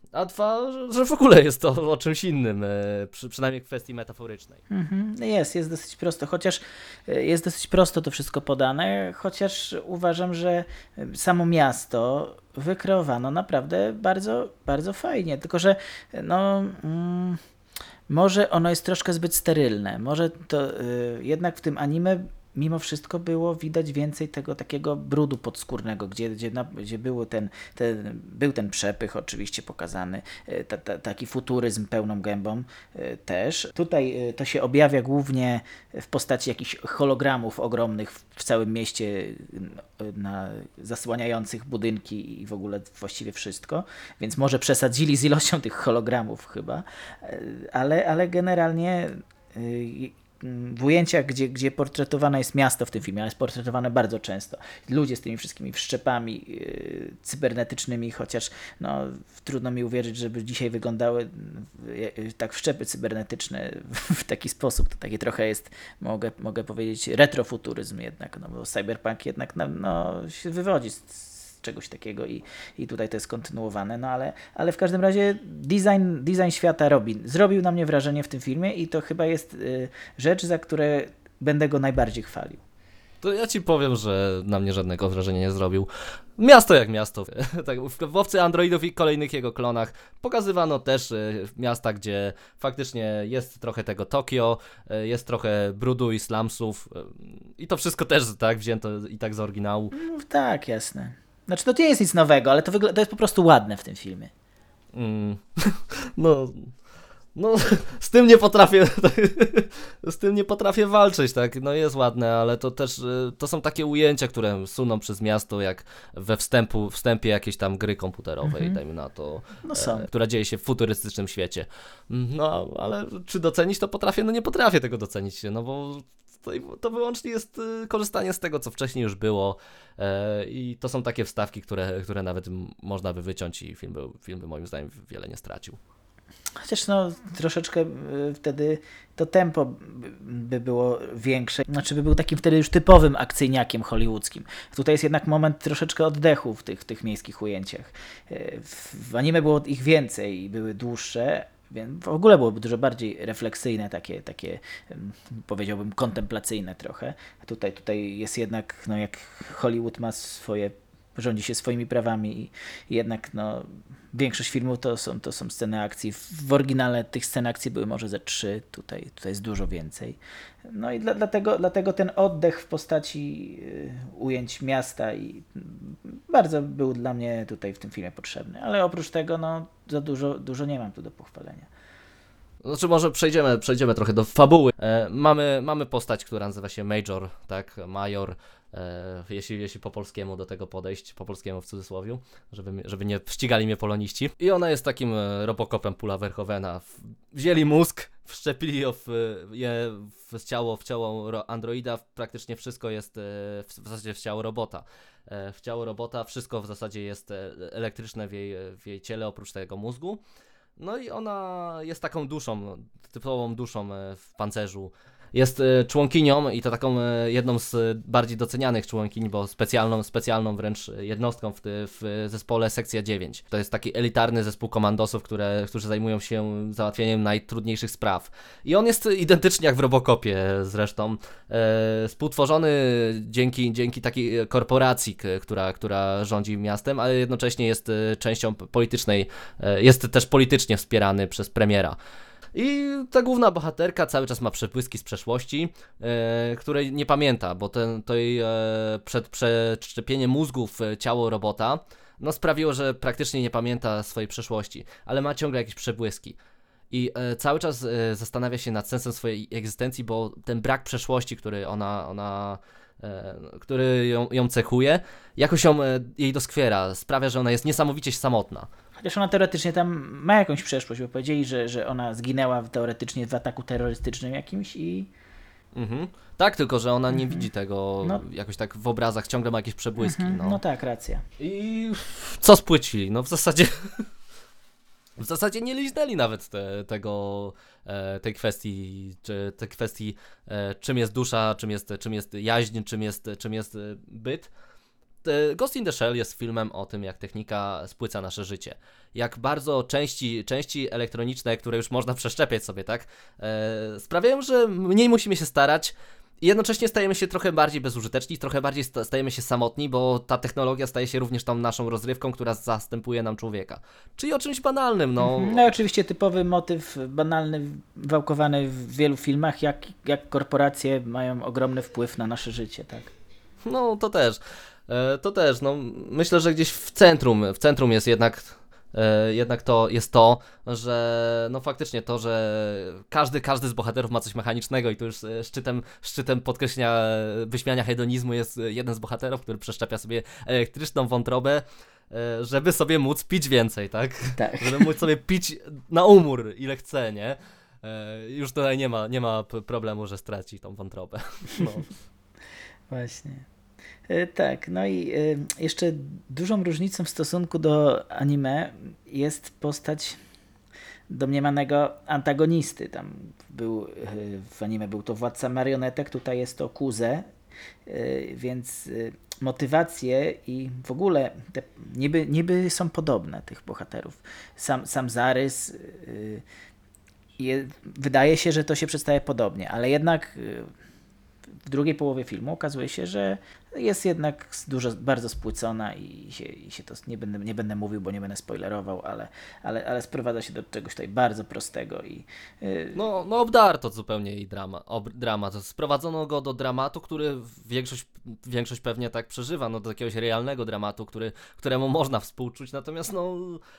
a dwa, że, że w ogóle jest to o czymś innym, e, przy, przynajmniej w kwestii metaforycznej. Mhm. Jest, jest dosyć prosto, chociaż e, jest dosyć prosto to wszystko podane, chociaż uważam, że e, samo miasto wykreowano naprawdę bardzo, bardzo fajnie, tylko że e, no... Mm, może ono jest troszkę zbyt sterylne. Może to y, jednak w tym anime mimo wszystko było widać więcej tego takiego brudu podskórnego, gdzie, gdzie, na, gdzie było ten, ten, był ten przepych oczywiście pokazany, y, ta, ta, taki futuryzm pełną gębą y, też. Tutaj y, to się objawia głównie w postaci jakichś hologramów ogromnych w, w całym mieście, y, na, zasłaniających budynki i w ogóle właściwie wszystko, więc może przesadzili z ilością tych hologramów chyba, y, ale, ale generalnie y, w ujęciach, gdzie, gdzie portretowane jest miasto w tym filmie, ale jest portretowane bardzo często. Ludzie z tymi wszystkimi wszczepami yy, cybernetycznymi, chociaż no, trudno mi uwierzyć, żeby dzisiaj wyglądały yy, tak wszczepy cybernetyczne w taki sposób. To takie trochę jest, mogę, mogę powiedzieć, retrofuturyzm jednak, no bo cyberpunk jednak no, się wywodzi z czegoś takiego i, i tutaj to jest kontynuowane, no ale, ale w każdym razie design, design świata robi, zrobił na mnie wrażenie w tym filmie i to chyba jest y, rzecz, za które będę go najbardziej chwalił. To ja ci powiem, że na mnie żadnego wrażenia nie zrobił. Miasto jak miasto. Tak, w Łowcy Androidów i kolejnych jego klonach pokazywano też y, miasta, gdzie faktycznie jest trochę tego Tokio, y, jest trochę brudu i slumsów y, i to wszystko też tak wzięto i tak z oryginału. No, tak, jasne. Znaczy to nie jest nic nowego, ale to, wygl- to jest po prostu ładne w tym filmie. Mm. No... No, z tym nie potrafię, z tym nie potrafię walczyć, tak, no jest ładne, ale to też, to są takie ujęcia, które suną przez miasto, jak we wstępu, wstępie jakiejś tam gry komputerowej, mm-hmm. dajmy na to, no są. E, która dzieje się w futurystycznym świecie. No, ale czy docenić to potrafię? No nie potrafię tego docenić, no bo to, to wyłącznie jest korzystanie z tego, co wcześniej już było e, i to są takie wstawki, które, które nawet można by wyciąć i film by, film by moim zdaniem wiele nie stracił. Chociaż no troszeczkę y, wtedy to tempo by, by było większe, znaczy by był takim wtedy już typowym akcyjniakiem hollywoodzkim. Tutaj jest jednak moment troszeczkę oddechu w tych, w tych miejskich ujęciach. Y, w, w anime było ich więcej i były dłuższe, więc w ogóle byłoby dużo bardziej refleksyjne, takie, takie powiedziałbym kontemplacyjne trochę. Tutaj, tutaj jest jednak, no jak Hollywood ma swoje, rządzi się swoimi prawami i, i jednak no większość filmów to są, to są sceny akcji. W oryginale tych scen akcji były może ze trzy, tutaj, tutaj jest dużo więcej. No i dla, dlatego, dlatego ten oddech w postaci y, ujęć miasta i bardzo był dla mnie tutaj w tym filmie potrzebny. Ale oprócz tego no, za dużo, dużo nie mam tu do pochwalenia. Znaczy może przejdziemy, przejdziemy trochę do fabuły. E, mamy, mamy postać, która nazywa się Major, tak, Major, e, jeśli, jeśli po polskiemu do tego podejść, po polskiemu w cudzysłowie, żeby, żeby nie ścigali mnie poloniści. I ona jest takim robokopem Pula Verhovena. Wzięli mózg, wszczepili ją w, je w ciało, w ciało androida, praktycznie wszystko jest w, w zasadzie w ciało robota. W ciało robota wszystko w zasadzie jest elektryczne w jej, w jej ciele oprócz tego mózgu. No i ona jest taką duszą, typową duszą w pancerzu. Jest członkinią i to taką jedną z bardziej docenianych członkiń, bo specjalną, specjalną wręcz jednostką w, w zespole Sekcja dziewięć. To jest taki elitarny zespół komandosów, które, którzy zajmują się załatwieniem najtrudniejszych spraw. I on jest identycznie jak w Robocopie zresztą, e, współtworzony dzięki, dzięki takiej korporacji, k, która, która rządzi miastem, ale jednocześnie jest częścią politycznej, e, jest też politycznie wspierany przez premiera. I ta główna bohaterka cały czas ma przebłyski z przeszłości, e, której nie pamięta, bo ten, to jej e, przed przeszczepienie mózgu w ciało robota no sprawiło, że praktycznie nie pamięta swojej przeszłości, ale ma ciągle jakieś przebłyski. I e, cały czas e, zastanawia się nad sensem swojej egzystencji, bo ten brak przeszłości, który ona, ona e, który ją, ją cechuje, jakoś ją, e, jej doskwiera, sprawia, że ona jest niesamowicie samotna. Chociaż ona teoretycznie tam ma jakąś przeszłość, bo powiedzieli, że, że ona zginęła teoretycznie w ataku terrorystycznym jakimś i... Mhm. Tak, tylko że ona nie mhm. widzi tego no. jakoś tak w obrazach, ciągle ma jakieś przebłyski. Mhm. No. no tak, racja. I co spłycili? No w zasadzie... W zasadzie nie liźnęli nawet te, tego, e, tej kwestii, czy tej kwestii, e, czym jest dusza, czym jest, czym jest jaźń, czym jest, czym jest byt. Ghost in the Shell jest filmem o tym, jak technika spłyca nasze życie. Jak bardzo części, części elektroniczne, które już można przeszczepiać sobie, tak, e, sprawiają, że mniej musimy się starać i jednocześnie stajemy się trochę bardziej bezużyteczni, trochę bardziej sta- stajemy się samotni, bo ta technologia staje się również tą naszą rozrywką, która zastępuje nam człowieka. Czyli o czymś banalnym, no. No i oczywiście typowy motyw banalny, wałkowany w wielu filmach, jak, jak korporacje mają ogromny wpływ na nasze życie, tak. No to też. E, to też, no myślę, że gdzieś w centrum, w centrum jest jednak e, jednak to jest to, że no faktycznie to, że każdy, każdy z bohaterów ma coś mechanicznego i to już e, szczytem, szczytem podkreślenia, wyśmiania hedonizmu jest jeden z bohaterów, który przeszczepia sobie elektryczną wątrobę, e, żeby sobie móc pić więcej, tak? Tak. Żeby móc sobie pić na umór, ile chce, nie? E, już tutaj nie ma, nie ma p- problemu, że straci tą wątrobę. No. Właśnie. E, Tak, no i e, jeszcze dużą różnicą w stosunku do anime jest postać domniemanego antagonisty. Tam był, e, w anime był to władca marionetek, tutaj jest to Kuze, e, więc e, motywacje i w ogóle te niby, niby są podobne tych bohaterów. Sam, sam zarys, e, je, wydaje się, że to się przedstawia podobnie, ale jednak e, w drugiej połowie filmu okazuje się, że jest jednak dużo, bardzo spłycona i się, i się to nie będę, nie będę mówił, bo nie będę spoilerował, ale, ale, ale sprowadza się do czegoś tutaj bardzo prostego i yy, No, no obdarto zupełnie jej drama, ob, dramat. Sprowadzono go do dramatu, który większość, większość pewnie tak przeżywa, no do jakiegoś realnego dramatu, który, któremu można współczuć, natomiast no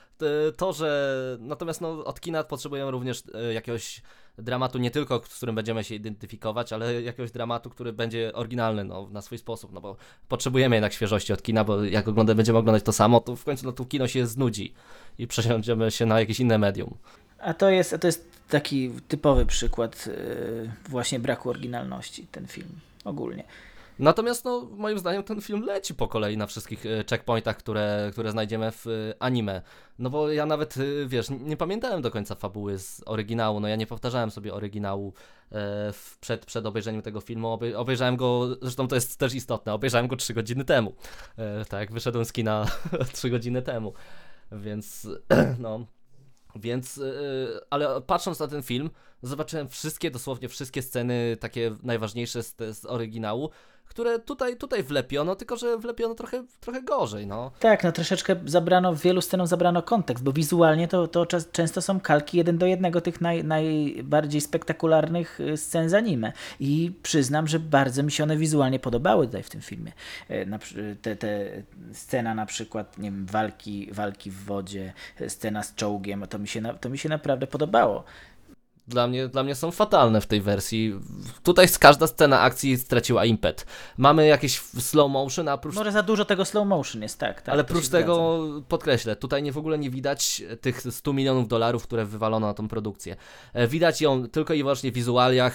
to, że natomiast no od kina potrzebujemy również e, jakiegoś dramatu nie tylko, z którym będziemy się identyfikować, ale jakiegoś dramatu, który będzie oryginalny, no, na swój sposób, no bo potrzebujemy jednak świeżości od kina, bo jak ogląda, będziemy oglądać to samo, to w końcu no, to kino się znudzi i przesiądziemy się na jakieś inne medium. a to jest, a to jest taki typowy przykład yy, właśnie braku oryginalności, ten film ogólnie. Natomiast no, moim zdaniem ten film leci po kolei na wszystkich e, checkpointach, które, które znajdziemy w e, anime. No bo ja nawet, e, wiesz, nie pamiętałem do końca fabuły z oryginału, no ja nie powtarzałem sobie oryginału e, w, przed, przed obejrzeniem tego filmu. Obej, obejrzałem go, zresztą to jest też istotne, obejrzałem go trzy godziny temu. E, tak, wyszedłem z kina trzy godziny temu, więc no... Więc, yy, ale patrząc na ten film, zobaczyłem wszystkie, dosłownie wszystkie sceny takie najważniejsze z, z oryginału, które tutaj, tutaj wlepiono, tylko że wlepiono trochę, trochę gorzej, no. Tak, no troszeczkę zabrano, wielu scenom zabrano kontekst, bo wizualnie to, to czas, często są kalki jeden do jednego tych naj, najbardziej spektakularnych y, scen z anime. I przyznam, że bardzo mi się one wizualnie podobały tutaj w tym filmie. E, na, przy- te, te scena na przykład, nie wiem, walki, walki w wodzie, e, scena z czołgiem, to mi się, na, to mi się naprawdę podobało. Dla mnie, dla mnie są fatalne w tej wersji. Tutaj z każda scena akcji straciła impet. Mamy jakieś slow motion, a oprócz Może za dużo tego slow motion jest, tak. tak ale to prócz się tego, podkreślę, tutaj nie w ogóle nie widać tych stu milionów dolarów, które wywalono na tą produkcję. E, Widać ją tylko i wyłącznie w wizualiach,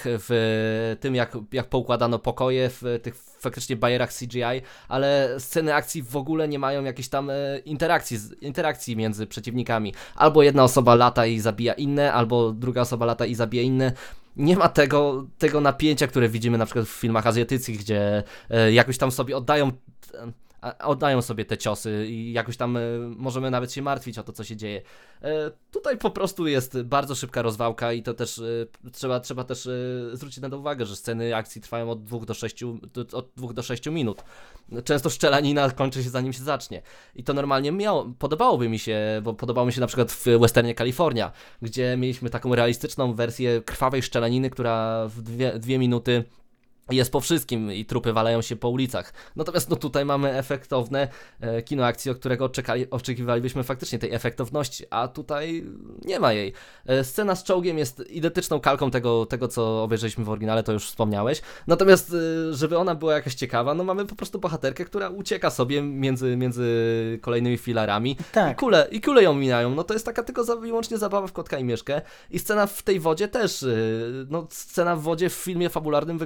w tym jak, jak poukładano pokoje, w tych faktycznie bajerach C G I, ale sceny akcji w ogóle nie mają jakiejś tam e, interakcji, z- interakcji między przeciwnikami. Albo jedna osoba lata i zabija inne, albo druga osoba lata i zabija inne. Nie ma tego, tego napięcia, które widzimy na przykład w filmach azjatyckich, gdzie e, jakoś tam sobie oddają, e, a- oddają sobie te ciosy i jakoś tam e, możemy nawet się martwić o to, co się dzieje. E, tutaj po prostu jest bardzo szybka rozwałka i to też e, trzeba, trzeba też e, zwrócić na to uwagę, że sceny akcji trwają od dwóch do sześciu, do- od dwóch do sześciu minut. Często szczelanina kończy się zanim się zacznie. I to normalnie miało, podobałoby mi się, bo podobało mi się na przykład w westernie Kalifornia, gdzie mieliśmy taką realistyczną wersję krwawej szczelaniny, która w dwie, dwie minuty jest po wszystkim i trupy walają się po ulicach. Natomiast no tutaj mamy efektowne e, kino akcji, od którego czekali, oczekiwalibyśmy faktycznie tej efektowności, a tutaj nie ma jej. E, scena z czołgiem jest identyczną kalką tego, tego, co obejrzeliśmy w oryginale, to już wspomniałeś. Natomiast e, żeby ona była jakaś ciekawa, no mamy po prostu bohaterkę, która ucieka sobie między, między kolejnymi filarami. I Tak. kule, I kule ją minają, no to jest taka tylko za, wyłącznie zabawa w kotka i myszkę. I scena w tej wodzie też, yy, no scena w wodzie w filmie fabularnym wygląda jeszcze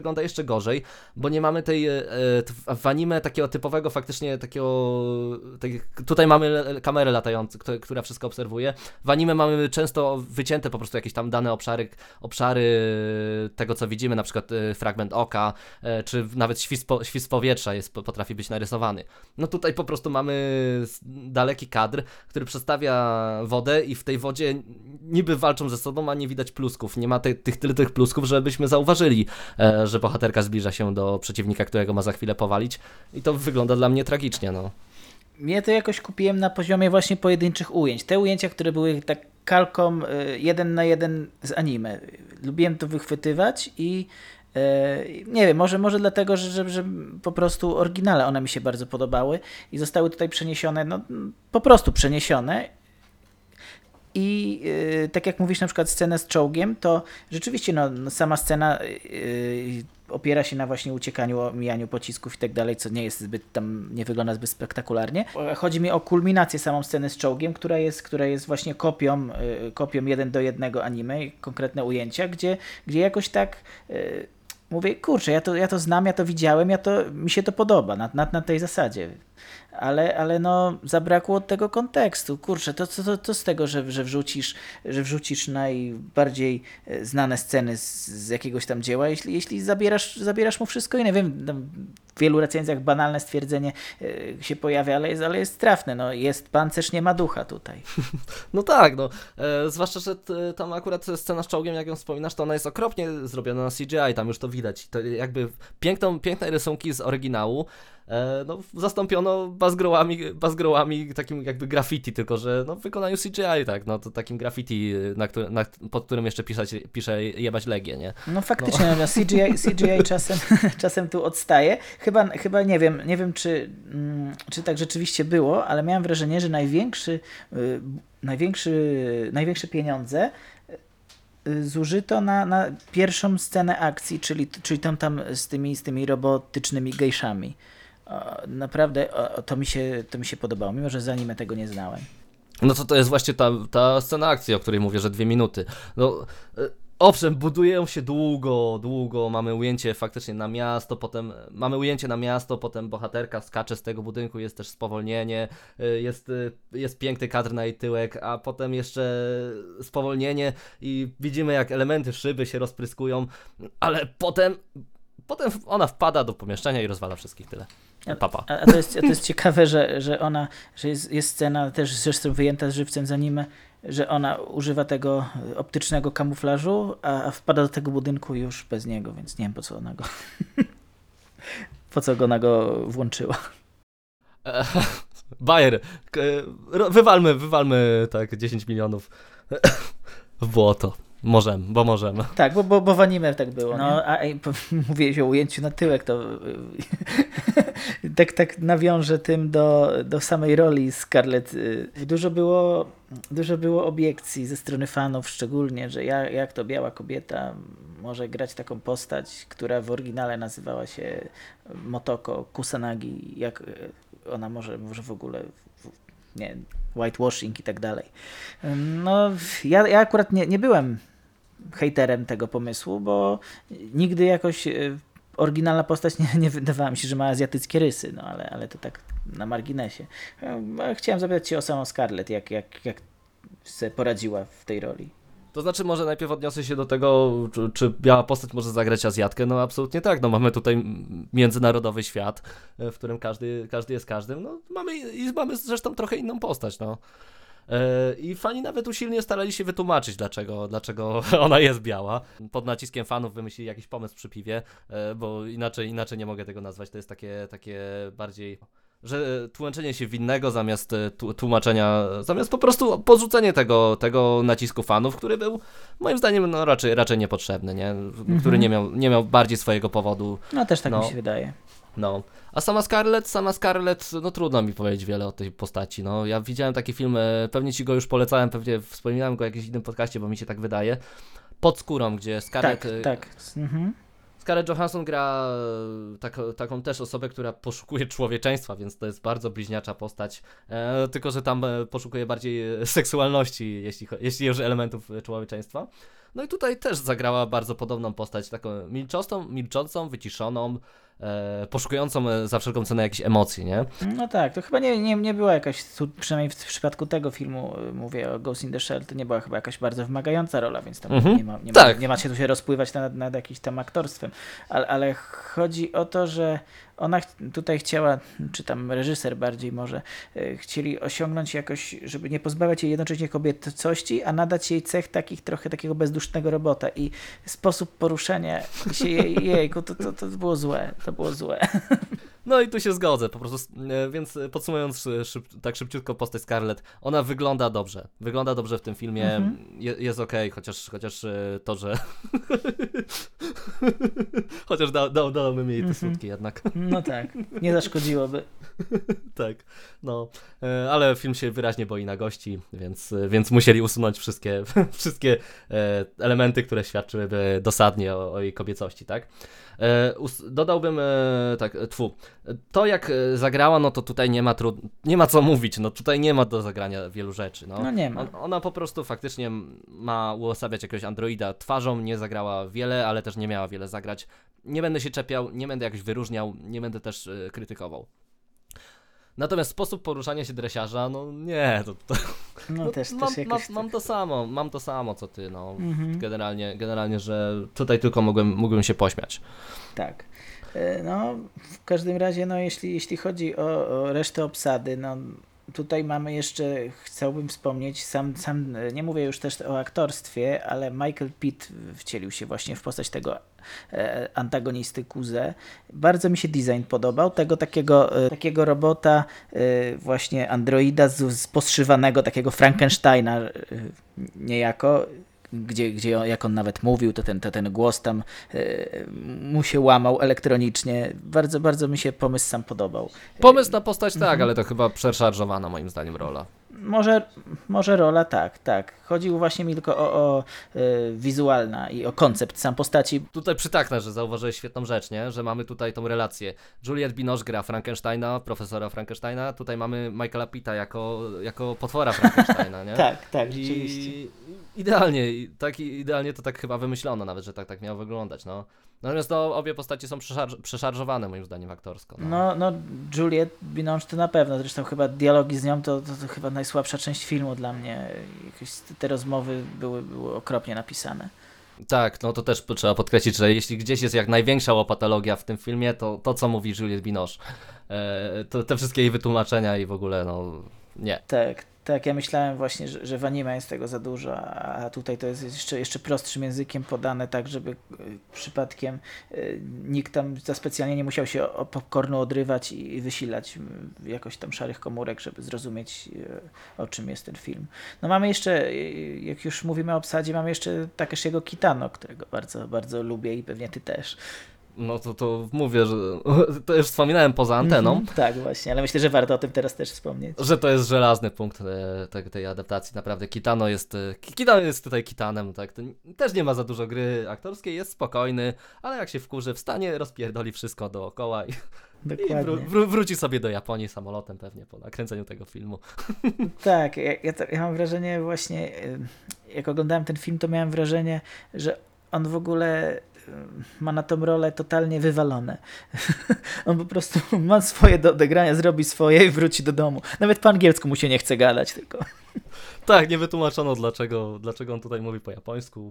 gorzej, bo nie mamy tej e, w anime takiego typowego faktycznie takiego, tak, tutaj mamy kamerę latającą, która wszystko obserwuje. W anime mamy często wycięte po prostu jakieś tam dane obszary, obszary tego, co widzimy, na przykład fragment oka, czy nawet świst, po, świst powietrza jest, potrafi być narysowany. No tutaj po prostu mamy daleki kadr, który przedstawia wodę i w tej wodzie niby walczą ze sobą, a nie widać plusków. Nie ma te, tych tyle tych plusków, żebyśmy zauważyli, e, że bohaterka zbliża się do przeciwnika, którego ma za chwilę powalić i to wygląda dla mnie tragicznie, no. Mnie to jakoś kupiłem na poziomie właśnie pojedynczych ujęć. Te ujęcia, które były tak kalką y, jeden na jeden z anime. Lubiłem to wychwytywać i y, nie wiem, może, może dlatego, że, że, że po prostu oryginale one mi się bardzo podobały i zostały tutaj przeniesione, no po prostu przeniesione. I yy, tak jak mówisz na przykład scenę z czołgiem, to rzeczywiście no, no, sama scena yy, opiera się na właśnie uciekaniu, omijaniu pocisków i tak dalej, co nie jest zbyt tam, nie wygląda zbyt spektakularnie. Chodzi mi o kulminację samą sceny z czołgiem, która jest, która jest właśnie kopią, yy, kopią jeden do jednego anime, konkretne ujęcia, gdzie, gdzie jakoś tak yy, mówię, kurczę, ja to, ja to znam, ja to widziałem, ja to, mi się to podoba na, na, na tej zasadzie. Ale, ale no zabrakło tego kontekstu. Kurczę, to, to, to, to z tego, że, że, wrzucisz, że wrzucisz najbardziej znane sceny z, z jakiegoś tam dzieła, jeśli, jeśli zabierasz, zabierasz mu wszystko inne. Wiem, w wielu recenzjach banalne stwierdzenie się pojawia, ale jest, ale jest trafne. No, jest pancerz, nie ma ducha tutaj. No tak, no. E, zwłaszcza, że t, tam akurat scena z czołgiem, jak ją wspominasz, to ona jest okropnie zrobiona na C G I, tam już to widać. To jakby piękną, piękne rysunki z oryginału, no, zastąpiono bazgrołami, bazgrołami takim jakby graffiti, tylko że no, w wykonaniu C G I, tak, no to takim graffiti, na który, na, pod którym jeszcze pisze, pisze jebać Legię, nie? No faktycznie, no. C G I, C G I czasem, czasem tu odstaje. Chyba, chyba nie wiem, nie wiem czy, czy tak rzeczywiście było, ale miałem wrażenie, że największy, największy, największe pieniądze zużyto na, na pierwszą scenę akcji, czyli, czyli tam, tam z tymi, z tymi robotycznymi gejszami. Naprawdę o, to, mi się, to mi się podobało, mimo że z anime tego nie znałem. No to to jest właśnie ta, ta scena akcji, o której mówię, że dwie minuty. No, y, owszem, budują się długo, długo, mamy ujęcie faktycznie na miasto, potem mamy ujęcie na miasto, potem bohaterka skacze z tego budynku, jest też spowolnienie, y, jest, y, jest piękny kadr na jej tyłek, a potem jeszcze spowolnienie i widzimy, jak elementy szyby się rozpryskują, ale potem... Potem ona wpada do pomieszczenia i rozwala wszystkich, tyle. Papa. A, a, to, jest, a to jest ciekawe, że, że ona, że jest, jest scena też zresztą wyjęta z żywcem z anime, że ona używa tego optycznego kamuflażu, a, a wpada do tego budynku już bez niego, więc nie wiem po co ona go po co go ona go włączyła. Bayer, wywalmy, wywalmy tak dziesięć milionów w błoto. Możemy, bo możemy. Tak, bo, bo, bo w anime tak było. No, a, a mówiłeś o ujęciu na tyłek, to tak, tak nawiążę tym do, do samej roli Scarlett. Dużo było, dużo było obiekcji ze strony fanów szczególnie, że jak, jak to biała kobieta może grać taką postać, która w oryginale nazywała się Motoko Kusanagi, jak ona może, może w ogóle... nie, whitewashing i tak dalej. No, ja, ja akurat nie, nie byłem hejterem tego pomysłu, bo nigdy jakoś oryginalna postać nie, nie wydawała mi się, że ma azjatyckie rysy, no ale, ale to tak na marginesie. Chciałem zapytać cię o samą Scarlett, jak, jak, jak sobie poradziła w tej roli. To znaczy, może najpierw odniosę się do tego, czy, czy biała postać może zagrać Azjatkę? No absolutnie tak, no mamy tutaj międzynarodowy świat, w którym każdy, każdy jest każdym, no mamy, i mamy zresztą trochę inną postać, no. I fani nawet usilnie starali się wytłumaczyć, dlaczego, dlaczego ona jest biała. Pod naciskiem fanów wymyślili jakiś pomysł przy piwie, bo inaczej, inaczej nie mogę tego nazwać, to jest takie, takie bardziej... że tłumaczenie się winnego zamiast tłumaczenia, zamiast po prostu podrzucenie tego, tego nacisku fanów, który był moim zdaniem no, raczej, raczej niepotrzebny, nie? Mhm. Który nie miał, nie miał bardziej swojego powodu. No też tak no, mi się wydaje. No. A sama Scarlett, sama Scarlett, no trudno mi powiedzieć wiele o tej postaci. No, ja widziałem taki film, pewnie ci go już polecałem, pewnie wspominałem go w jakimś innym podcaście, bo mi się tak wydaje. Pod skórą, gdzie Scarlett... Tak, tak. Mhm. Scarlett Johansson gra tak, taką też osobę, która poszukuje człowieczeństwa, więc to jest bardzo bliźniacza postać, e, tylko że tam poszukuje bardziej seksualności, jeśli, jeśli już elementów człowieczeństwa. No i tutaj też zagrała bardzo podobną postać, taką milczącą, milczącą wyciszoną, e, poszukującą za wszelką cenę jakichś emocji, nie? No tak, to chyba nie, nie, nie była jakaś, przynajmniej w przypadku tego filmu, mówię o Ghost in the Shell, to nie była chyba jakaś bardzo wymagająca rola, więc tam Mhm. nie, ma, nie, ma, Tak. nie ma się tu się rozpływać nad, nad jakimś tam aktorstwem, ale, ale chodzi o to, że ona ch- tutaj chciała, czy tam reżyser bardziej może, e, chcieli osiągnąć jakoś, żeby nie pozbawiać jej jednocześnie kobiecości, a nadać jej cech takich trochę takiego bezdusznego robota i sposób poruszania się jej, jejku, to, to, to było złe, to było złe. No i tu się zgodzę, po prostu, e, więc podsumując e, szyb, tak szybciutko postać Scarlett, ona wygląda dobrze, wygląda dobrze w tym filmie, Mhm. je, jest okej, chociaż, chociaż e, to, że chociaż da, da, dałbym jej te Mhm. smutki jednak, No tak, nie zaszkodziłoby. tak, no, e, ale film się wyraźnie boi na gości, więc, e, więc musieli usunąć wszystkie, wszystkie e, elementy, które świadczyłyby dosadnie o, o jej kobiecości, tak? E, us- dodałbym, e, tak, e, tfu, to jak e, zagrała, no to tutaj nie ma trud- nie ma co mówić, no tutaj nie ma do zagrania wielu rzeczy, no. No nie ma. On, ona po prostu faktycznie m- ma uosabiać jakiegoś androida twarzą, nie zagrała wiele, ale też nie miała wiele zagrać. Nie będę się czepiał, nie będę jakoś wyróżniał, nie będę też e, krytykował. Natomiast sposób poruszania się dresiarza, no nie, to, to No, no, też, mam, też mam, jakoś mam tak. to samo, mam to samo co ty, no. Mhm. Generalnie, generalnie, że tutaj tylko mogłem, mógłbym się pośmiać. Tak. E, No, w każdym razie, no, jeśli, jeśli chodzi o, o resztę obsady, no, tutaj mamy jeszcze, chciałbym wspomnieć, sam, sam, nie mówię już też o aktorstwie, ale Michael Pitt wcielił się właśnie w postać tego e, antagonisty Kuze. Bardzo mi się design podobał, tego takiego, e, takiego robota, e, właśnie androida z, z poszywanego, takiego Frankensteina e, niejako, gdzie, gdzie on, jak on nawet mówił, to ten, to ten głos tam e, mu się łamał elektronicznie. Bardzo, bardzo mi się pomysł sam podobał. Pomysł na postać tak, Mhm. ale to chyba przeszarżowana moim zdaniem rola. Może, może rola tak, tak. Chodziło właśnie mi tylko o, o e, wizualna i o koncept sam postaci. Tutaj przytaknę, że zauważyłeś świetną rzecz, nie? Że mamy tutaj tą relację. Juliette Binoche gra Frankensteina, profesora Frankensteina, tutaj mamy Michaela Pitta jako, jako potwora Frankensteina, nie? Tak, tak, rzeczywiście. I idealnie, i tak i- idealnie to tak chyba wymyślono nawet, że tak, tak miało wyglądać, no. Natomiast no, obie postacie są przeszarż- przeszarżowane moim zdaniem aktorsko. No. No, no Juliette Binoche to na pewno, zresztą chyba dialogi z nią to, to, to chyba najsłabsza część filmu dla mnie. Jakieś te rozmowy były, były okropnie napisane. Tak, no to też trzeba podkreślić, że jeśli gdzieś jest jak największa łopatologia w tym filmie, to to, co mówi Juliette Binoche. E, to te wszystkie jej wytłumaczenia i w ogóle, no, nie. Tak, tak, ja myślałem właśnie, że, że w anime jest tego za dużo, a tutaj to jest jeszcze, jeszcze prostszym językiem podane, tak żeby y, przypadkiem y, nikt tam za specjalnie nie musiał się o popcornu odrywać i, i wysilać y, jakoś tam szarych komórek, żeby zrozumieć y, o czym jest ten film. No mamy jeszcze, y, jak już mówimy o obsadzie, mamy jeszcze Takeshiego Kitano, którego bardzo, bardzo lubię i pewnie ty też. No to, to mówię, że to już wspominałem poza anteną, Mhm, tak, właśnie, ale myślę, że warto o tym teraz też wspomnieć. że to jest żelazny punkt e, tej, tej adaptacji. Naprawdę Kitano jest, e, Kitano jest tutaj Kitanem, tak? To n- też nie ma za dużo gry aktorskiej, jest spokojny, ale jak się wkurzy, wstanie, rozpierdoli wszystko dookoła i, i Dokładnie. wró- wró- wróci sobie do Japonii samolotem pewnie po nakręceniu tego filmu. Tak, ja, ja, to, ja mam wrażenie właśnie, y, jak oglądałem ten film, to miałem wrażenie, że on w ogóle y, ma na tą rolę totalnie wywalone. On po prostu ma swoje do odegrania, zrobi swoje i wróci do domu. Nawet po angielsku mu się nie chce gadać tylko. Tak, nie wytłumaczono dlaczego, dlaczego on tutaj mówi po japońsku.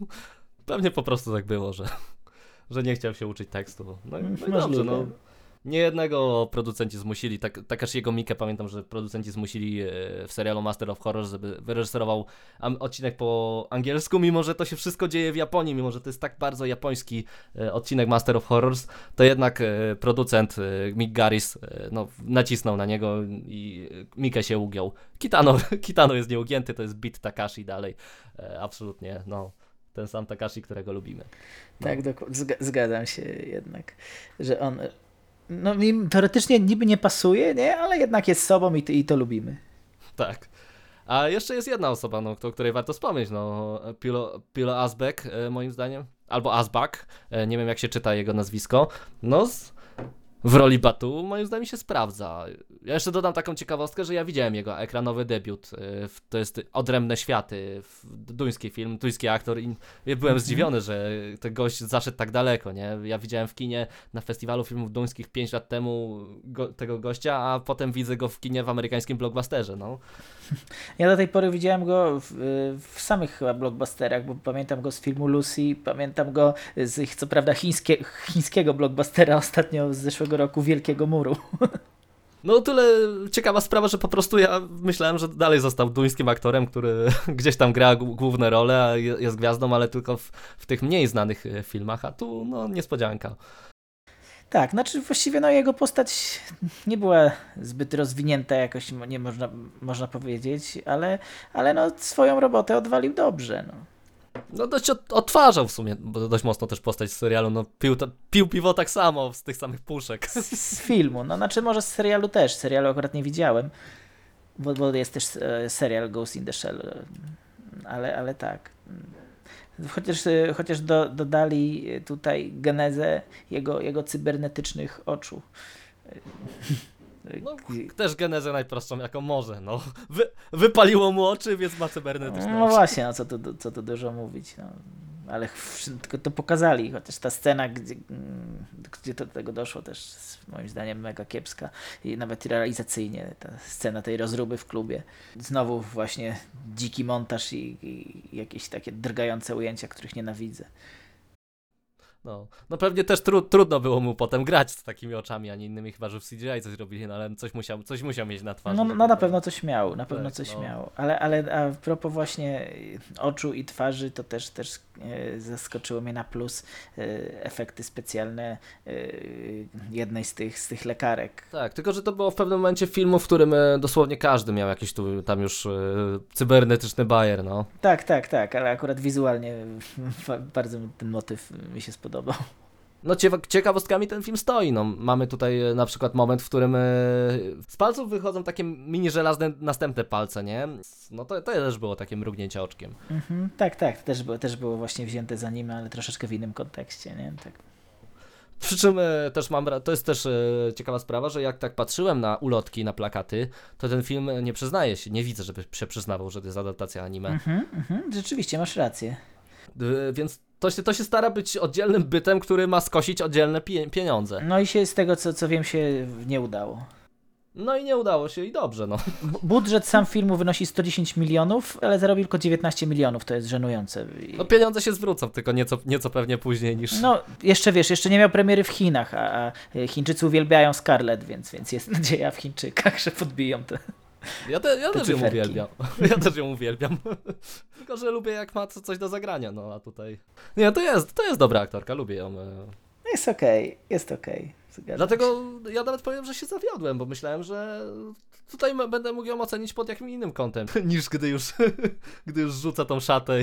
Pewnie po prostu tak było, że, że nie chciał się uczyć tekstu. No, i- no i dobrze, Możliwe. no. Nie jednego producenci zmusili, tak, Takeshiego Mikę pamiętam, że producenci zmusili e, w serialu Master of Horror, żeby wyreżyserował am- odcinek po angielsku, mimo że to się wszystko dzieje w Japonii, mimo że to jest tak bardzo japoński e, odcinek Master of Horrors, to jednak e, producent e, Mick Garris e, no, nacisnął na niego i e, Mikę się ugiął. Kitano, Kitano jest nieugięty, to jest beat Takashi dalej. E, absolutnie, no. Ten sam Takashi, którego lubimy. No. Tak, dok- zga- zgadzam się jednak, że on no mi teoretycznie niby nie pasuje, nie? Ale jednak jest sobą i, to- i to lubimy. Tak. A jeszcze jest jedna osoba, no, o której warto wspomnieć, no, Pilo, Pilo Asbeck, e, moim zdaniem. albo Asbach, e, nie wiem jak się czyta jego nazwisko, no z, w roli Batu moim zdaniem się sprawdza. Ja jeszcze dodam taką ciekawostkę, że ja widziałem jego ekranowy debiut, e, w, to jest Odrębne światy, w, duński film, duński aktor i byłem Mhm. zdziwiony, że ten gość zaszedł tak daleko, nie? Ja widziałem w kinie na festiwalu filmów duńskich pięć lat temu go, tego gościa, a potem widzę go w kinie w amerykańskim blockbusterze, no. Ja do tej pory widziałem go w, w samych chyba blockbusterach, bo pamiętam go z filmu Lucy, pamiętam go z ich, co prawda, chińskie, chińskiego blockbustera ostatnio z zeszłego roku, Wielkiego Muru. No tyle ciekawa sprawa, że po prostu ja myślałem, że dalej został duńskim aktorem, który gdzieś tam gra g- główne role, a je- jest gwiazdą, ale tylko w, w tych mniej znanych e, filmach, a tu no niespodzianka. Tak, znaczy właściwie no, jego postać nie była zbyt rozwinięta jakoś, nie można, można powiedzieć, ale, ale no, swoją robotę odwalił dobrze. No. No dość od, odtwarzał w sumie, bo dość mocno też postać z serialu, no pił, to, pił piwo tak samo z tych samych puszek. Z, z filmu, no znaczy może z serialu też, serialu akurat nie widziałem, bo, bo jest też e, serial Ghost in the Shell, e, ale, ale tak. Chociaż, e, chociaż do, dodali tutaj genezę jego, jego cybernetycznych oczu. No, też genezę najprostszą jaką może, no. Wy, wypaliło mu oczy, więc ma cybernetyczne No oczy. właśnie, no co tu, co tu dużo mówić. No. Ale tylko to pokazali, chociaż ta scena, gdzie, mm, gdzie do tego doszło, też jest moim zdaniem mega kiepska i nawet realizacyjnie ta scena tej rozruby w klubie. Znowu właśnie dziki montaż i, i jakieś takie drgające ujęcia, których nienawidzę. No, no pewnie też tru, trudno było mu potem grać z takimi oczami, a nie innymi, chyba że w C G I coś robili, no ale coś musiał, coś musiał mieć na twarzy. No, żeby no na to- pewno coś miał, na pewno Tak, coś no. miał. Ale, ale a propos właśnie oczu i twarzy, to też, też e, zaskoczyło mnie na plus e, efekty specjalne e, jednej z tych, z tych lekarek. Tak, tylko że to było w pewnym momencie filmu, w którym e, dosłownie każdy miał jakiś tu tam już e, cybernetyczny bajer, no. Tak, tak, tak, ale akurat wizualnie fa- bardzo ten motyw mi się spodobał. No cie- ciekawostkami ten film stoi, no. Mamy tutaj e, na przykład moment, w którym e, z palców wychodzą takie mini żelazne następne palce, nie? No to, to też było takie mrugnięcie oczkiem. Mhm, tak, tak, też było, też było właśnie wzięte z anime, ale troszeczkę w innym kontekście, nie? Tak. Przy czym e, też mam, ra- to jest też e, ciekawa sprawa, że jak tak patrzyłem na ulotki, na plakaty, to ten film nie przyznaje się, nie widzę, żeby się przyznawał, że to jest adaptacja anime. Mhm, mhm, rzeczywiście, masz rację. Y, Więc to się, to się stara być oddzielnym bytem, który ma skosić oddzielne pie- pieniądze. No i się z tego, co, co wiem, się nie udało. No i nie udało się i dobrze, no. B- budżet sam filmu wynosi sto dziesięć milionów, ale zarobił tylko dziewiętnaście milionów, to jest żenujące. I- No pieniądze się zwrócą, tylko nieco, nieco pewnie później niż... No, jeszcze wiesz, jeszcze nie miał premiery w Chinach, a, a Chińczycy uwielbiają Scarlett, więc, więc jest nadzieja w Chińczykach, że podbiją te. Ja, te, ja te też ją cyferki. uwielbiam. Ja też ją uwielbiam. Tylko, że lubię jak ma co- coś do zagrania, no a tutaj... Nie, to jest, to jest dobra aktorka, lubię ją. e. Jest okej, jest okej. Zgadzam Dlatego ja nawet powiem, że się zawiodłem, bo myślałem, że tutaj m- będę mógł ją ocenić pod jakimś innym kątem, niż gdy już, gdy już rzuca tą szatę i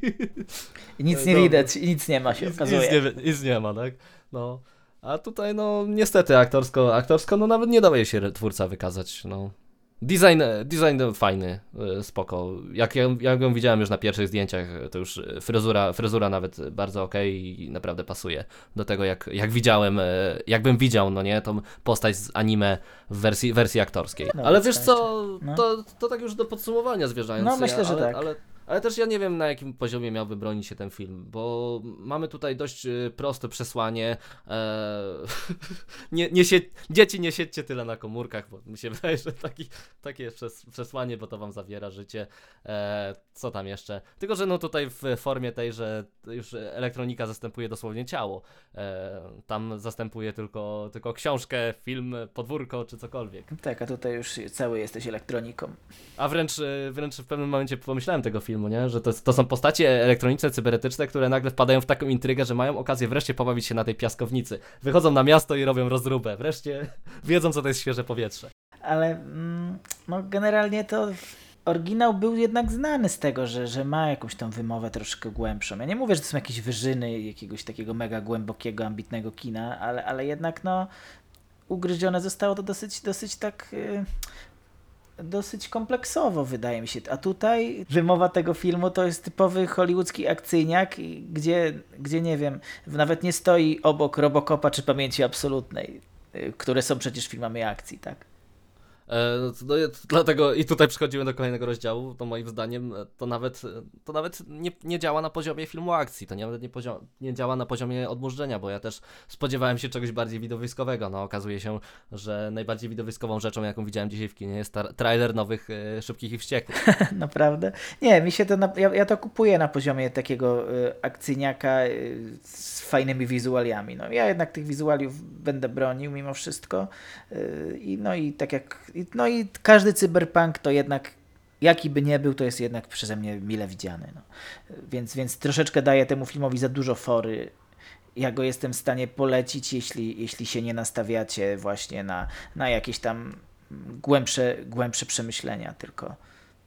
I nic nie Dobra. widać, i nic nie ma, się nic, okazuje. nic, nie, nic nie ma, tak? No. A tutaj no niestety aktorsko, aktorsko no nawet nie daje się twórca wykazać, no. Design, design fajny, y, spoko. Jak, ją- jak ją widziałem już na pierwszych zdjęciach, to już y, fryzura, fryzura nawet bardzo okej i naprawdę pasuje do tego, jak, jak widziałem, y, jakbym widział, no nie, tą postać z anime w wersji, wersji aktorskiej. No, Ale wiesz to co, no. to, to tak już do podsumowania zwierzając. No, myślę, że ale, tak. Ale, ale też ja nie wiem, na jakim poziomie miałby bronić się ten film, bo mamy tutaj dość y, proste przesłanie. E, nie, nie sie, dzieci, nie siedźcie tyle na komórkach, bo mi się wydaje, że taki, takie jest przes, przesłanie, bo to wam zawiera życie. E, co tam jeszcze? Tylko, że no tutaj w formie tej, że już elektronika zastępuje dosłownie ciało. E, tam zastępuje tylko, tylko książkę, film, podwórko czy cokolwiek. Tak, a tutaj już cały jesteś elektroniką. A wręcz, y, wręcz w pewnym momencie pomyślałem tego filmu, nie? Że to, to są postacie elektroniczne, cybernetyczne, które nagle wpadają w taką intrygę, że mają okazję wreszcie pobawić się na tej piaskownicy. Wychodzą na miasto i robią rozróbę. Wreszcie wiedzą, co to jest świeże powietrze. Ale mm, no generalnie to oryginał był jednak znany z tego, że, że ma jakąś tą wymowę troszkę głębszą. Ja nie mówię, że to są jakieś wyżyny jakiegoś takiego mega głębokiego, ambitnego kina, ale, ale jednak no ugryzione zostało to dosyć, dosyć tak... Yy, dosyć kompleksowo, wydaje mi się. A tutaj wymowa tego filmu to jest typowy hollywoodzki akcyjniak, gdzie, gdzie nie wiem, nawet nie stoi obok Robocopa czy Pamięci Absolutnej, które są przecież filmami akcji, tak? E, no, dlatego i tutaj przechodzimy do kolejnego rozdziału, to moim zdaniem to nawet, to nawet nie, nie działa na poziomie filmu akcji, to nawet nie, poziom, nie działa na poziomie odmurzenia, bo ja też spodziewałem się czegoś bardziej widowiskowego. No okazuje się, że najbardziej widowiskową rzeczą, jaką widziałem dzisiaj w kinie, jest ta, trailer nowych e, Szybkich i Wściekłych. Naprawdę? Nie, mi się to, na, ja, ja to kupuję na poziomie takiego y, akcyjniaka y, z fajnymi wizualiami. No, ja jednak tych wizualiów będę bronił mimo wszystko y, i no i tak jak I- No i każdy cyberpunk to jednak, jaki by nie był, to jest jednak przeze mnie mile widziany. No. Więc, więc troszeczkę daję temu filmowi za dużo fory. Ja go jestem w stanie polecić, jeśli, jeśli się nie nastawiacie właśnie na, na jakieś tam głębsze, głębsze przemyślenia, tylko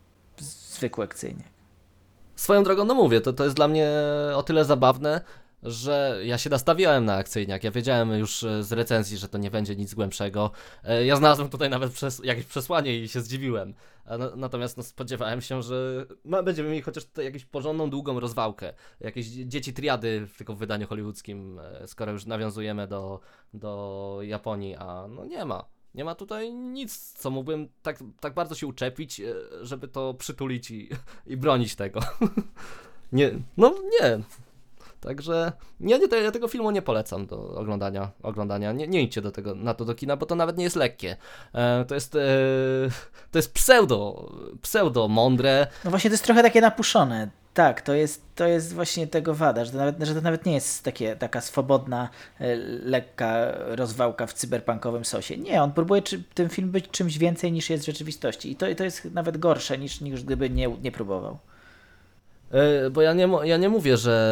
zwykłe akcyjnie. Swoją drogą, no mówię, to, to jest dla mnie o tyle zabawne, że ja się nastawiałem na akcyjniak. Ja wiedziałem już e, z recenzji, że to nie będzie nic głębszego. E, Ja znalazłem tutaj nawet przes- jakieś przesłanie i się zdziwiłem. A na- Natomiast no, spodziewałem się, że no, będziemy mieli chociaż tutaj jakąś porządną, długą rozwałkę. Jakieś dzieci triady tylko w wydaniu hollywoodzkim, e, skoro już nawiązujemy do, do Japonii, a no nie ma. Nie ma tutaj nic, co mógłbym tak, tak bardzo się uczepić, e, żeby to przytulić i, i bronić tego. Nie, no nie. Także ja, nie, ja tego filmu nie polecam do oglądania. oglądania. Nie, nie idźcie do tego, na to do kina, bo to nawet nie jest lekkie. E, to jest e, to jest pseudo, pseudo mądre. No właśnie to jest trochę takie napuszone. Tak, to jest, to jest właśnie tego wada, że to nawet, że to nawet nie jest takie, taka swobodna, e, lekka rozwałka w cyberpunkowym sosie. Nie, on próbuje czy, ten film być czymś więcej niż jest w rzeczywistości. I to, to jest nawet gorsze niż, niż gdyby nie, nie próbował. E, bo ja nie, mu- ja nie mówię,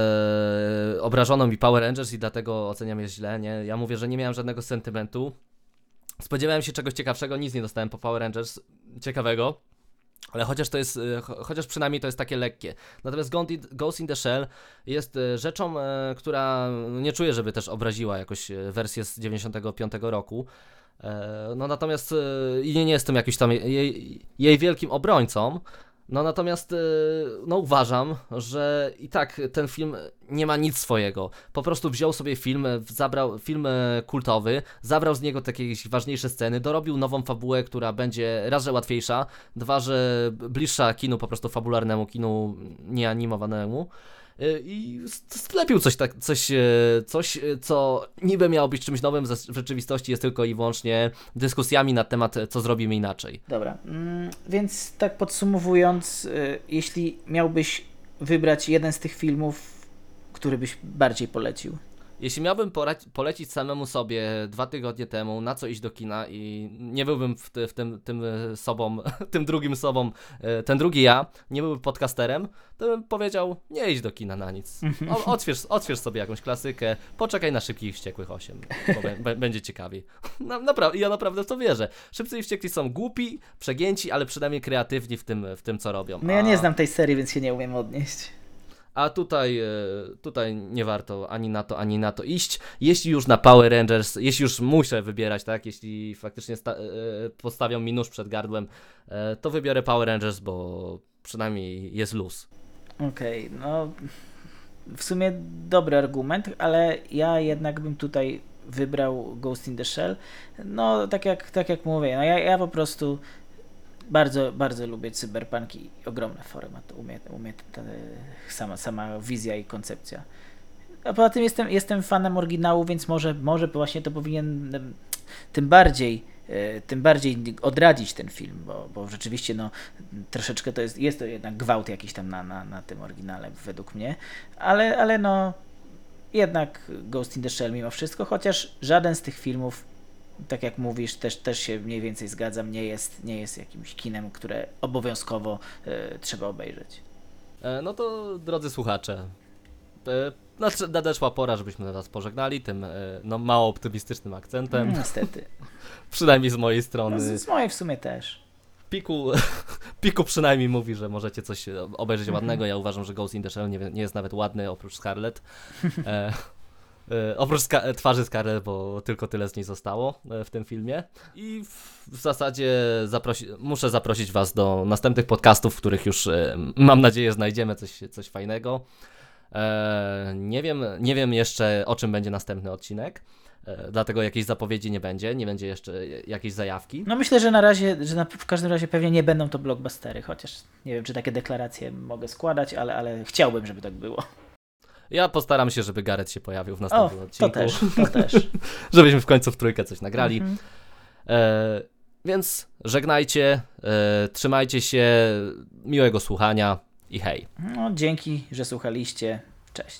że obrażono mi Power Rangers i dlatego oceniam je źle, nie. Ja mówię, że nie miałem żadnego sentymentu. Spodziewałem się czegoś ciekawszego, nic nie dostałem po Power Rangers ciekawego. Ale chociaż to jest, e, cho- chociaż przynajmniej to jest takie lekkie. Natomiast Ghost in- Ghost in the Shell jest e, rzeczą, e, która no, nie czuję, żeby też obraziła jakoś e, wersję z dziewięćdziesiątego piątego roku. E, No natomiast e, i nie, nie jestem jakiś tam jej, jej wielkim obrońcą. No natomiast e, no uważam, że i tak ten film nie ma nic swojego. Po prostu wziął sobie film, e, zabrał film e, kultowy, zabrał z niego takie jakieś ważniejsze sceny, dorobił nową fabułę, która będzie raz, że łatwiejsza, dwa, że bliższa kinu po prostu fabularnemu, kinu nieanimowanemu. E, I s- sklepił coś, tak, coś, e, coś, e, co niby miało być czymś nowym, ze- w rzeczywistości jest tylko i wyłącznie dyskusjami na temat, e, co zrobimy inaczej. Dobra, mm, więc tak podsumowując, y, jeśli miałbyś wybrać jeden z tych filmów, który byś bardziej polecił? Jeśli miałbym porać- polecić samemu sobie dwa tygodnie temu, na co iść do kina i nie byłbym w, ty, w tym, tym e, sobą, tym drugim sobą, e, ten drugi ja, nie byłbym podcasterem, to bym powiedział, nie idź do kina na nic. O, otwierz, otwierz sobie jakąś klasykę, poczekaj na Szybkich i Wściekłych osiem, bo be, be, będzie ciekawiej. Na, napra- ja naprawdę w to wierzę. Szybcy i Wściekli są głupi, przegięci, ale przynajmniej kreatywni w tym, w tym co robią. No ja A- nie znam tej serii, więc się nie umiem odnieść. A tutaj, e, tutaj nie warto ani na to, ani na to iść. Jeśli już na Power Rangers, jeśli już muszę wybierać, tak, jeśli faktycznie sta- e, postawią mi nóż przed gardłem, e, to wybiorę Power Rangers, bo przynajmniej jest luz. Okej, no w sumie dobry argument, ale ja jednak bym tutaj wybrał Ghost in the Shell. No tak jak, tak jak mówię, no ja, ja po prostu bardzo, bardzo lubię cyberpunk i ogromne format. Umie, umie ta, sama, sama wizja i koncepcja. A poza tym jestem, jestem fanem oryginału, więc może, może właśnie to powinien em, tym bardziej, e, tym bardziej odradzić ten film, bo, bo rzeczywiście no, troszeczkę to jest, jest to jednak gwałt jakiś tam na, na, na tym oryginale według mnie, ale, ale no jednak Ghost in the Shell mimo wszystko, chociaż żaden z tych filmów, tak jak mówisz, też, też się mniej więcej zgadzam, nie jest, nie jest jakimś kinem, które obowiązkowo e, trzeba obejrzeć. E, no to drodzy słuchacze, e, nadsz- nadeszła pora, żebyśmy was pożegnali tym e, no, mało optymistycznym akcentem, Niestety. przynajmniej z mojej No, strony. z, z mojej w sumie też. Piku, Piku przynajmniej mówi, że możecie coś obejrzeć ładnego. Ja uważam, że Ghost in the Shell nie, nie jest nawet ładny oprócz Scarlett. E, E, oprócz ska- twarzy Scarlett, bo tylko tyle z niej zostało e, w tym filmie. I w, w zasadzie zaprosi- muszę zaprosić was do następnych podcastów, w których już e, mam nadzieję znajdziemy coś, coś fajnego. E, nie wiem, nie wiem jeszcze, o czym będzie następny odcinek, e, dlatego jakiejś zapowiedzi nie będzie, nie będzie jeszcze jakiejś zajawki. No myślę, że na razie, że na, w każdym razie pewnie nie będą to blockbustery, chociaż nie wiem, czy takie deklaracje mogę składać, ale, ale chciałbym, żeby tak było. Ja postaram się, żeby Gareth się pojawił w O, następnym to odcinku. też, to też. Żebyśmy w końcu w trójkę coś nagrali. Mhm. E, więc żegnajcie, e, trzymajcie się, miłego słuchania i hej. No, dzięki, że słuchaliście. Cześć.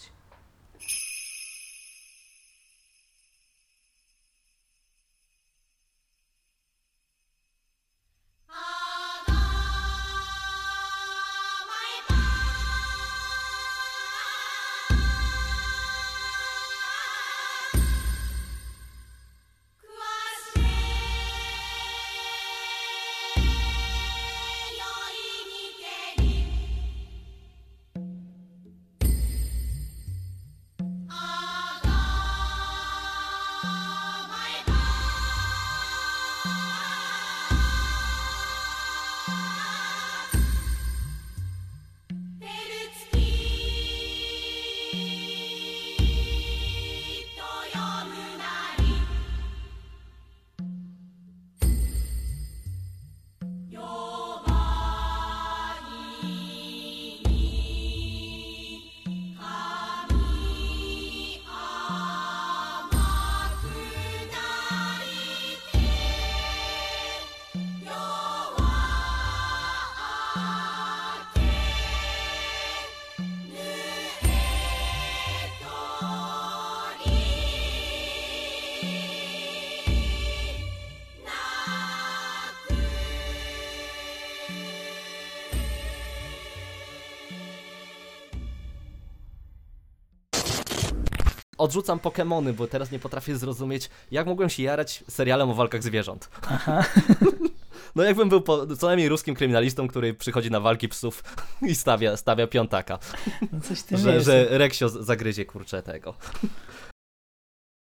Odrzucam Pokemony, bo teraz nie potrafię zrozumieć, jak mogłem się jarać serialem o walkach zwierząt. Aha. No jakbym był po, co najmniej ruskim kryminalistą, który przychodzi na walki psów i stawia, stawia piątaka, No coś w tym że, jest. że Reksio z- zagryzie kurczę tego.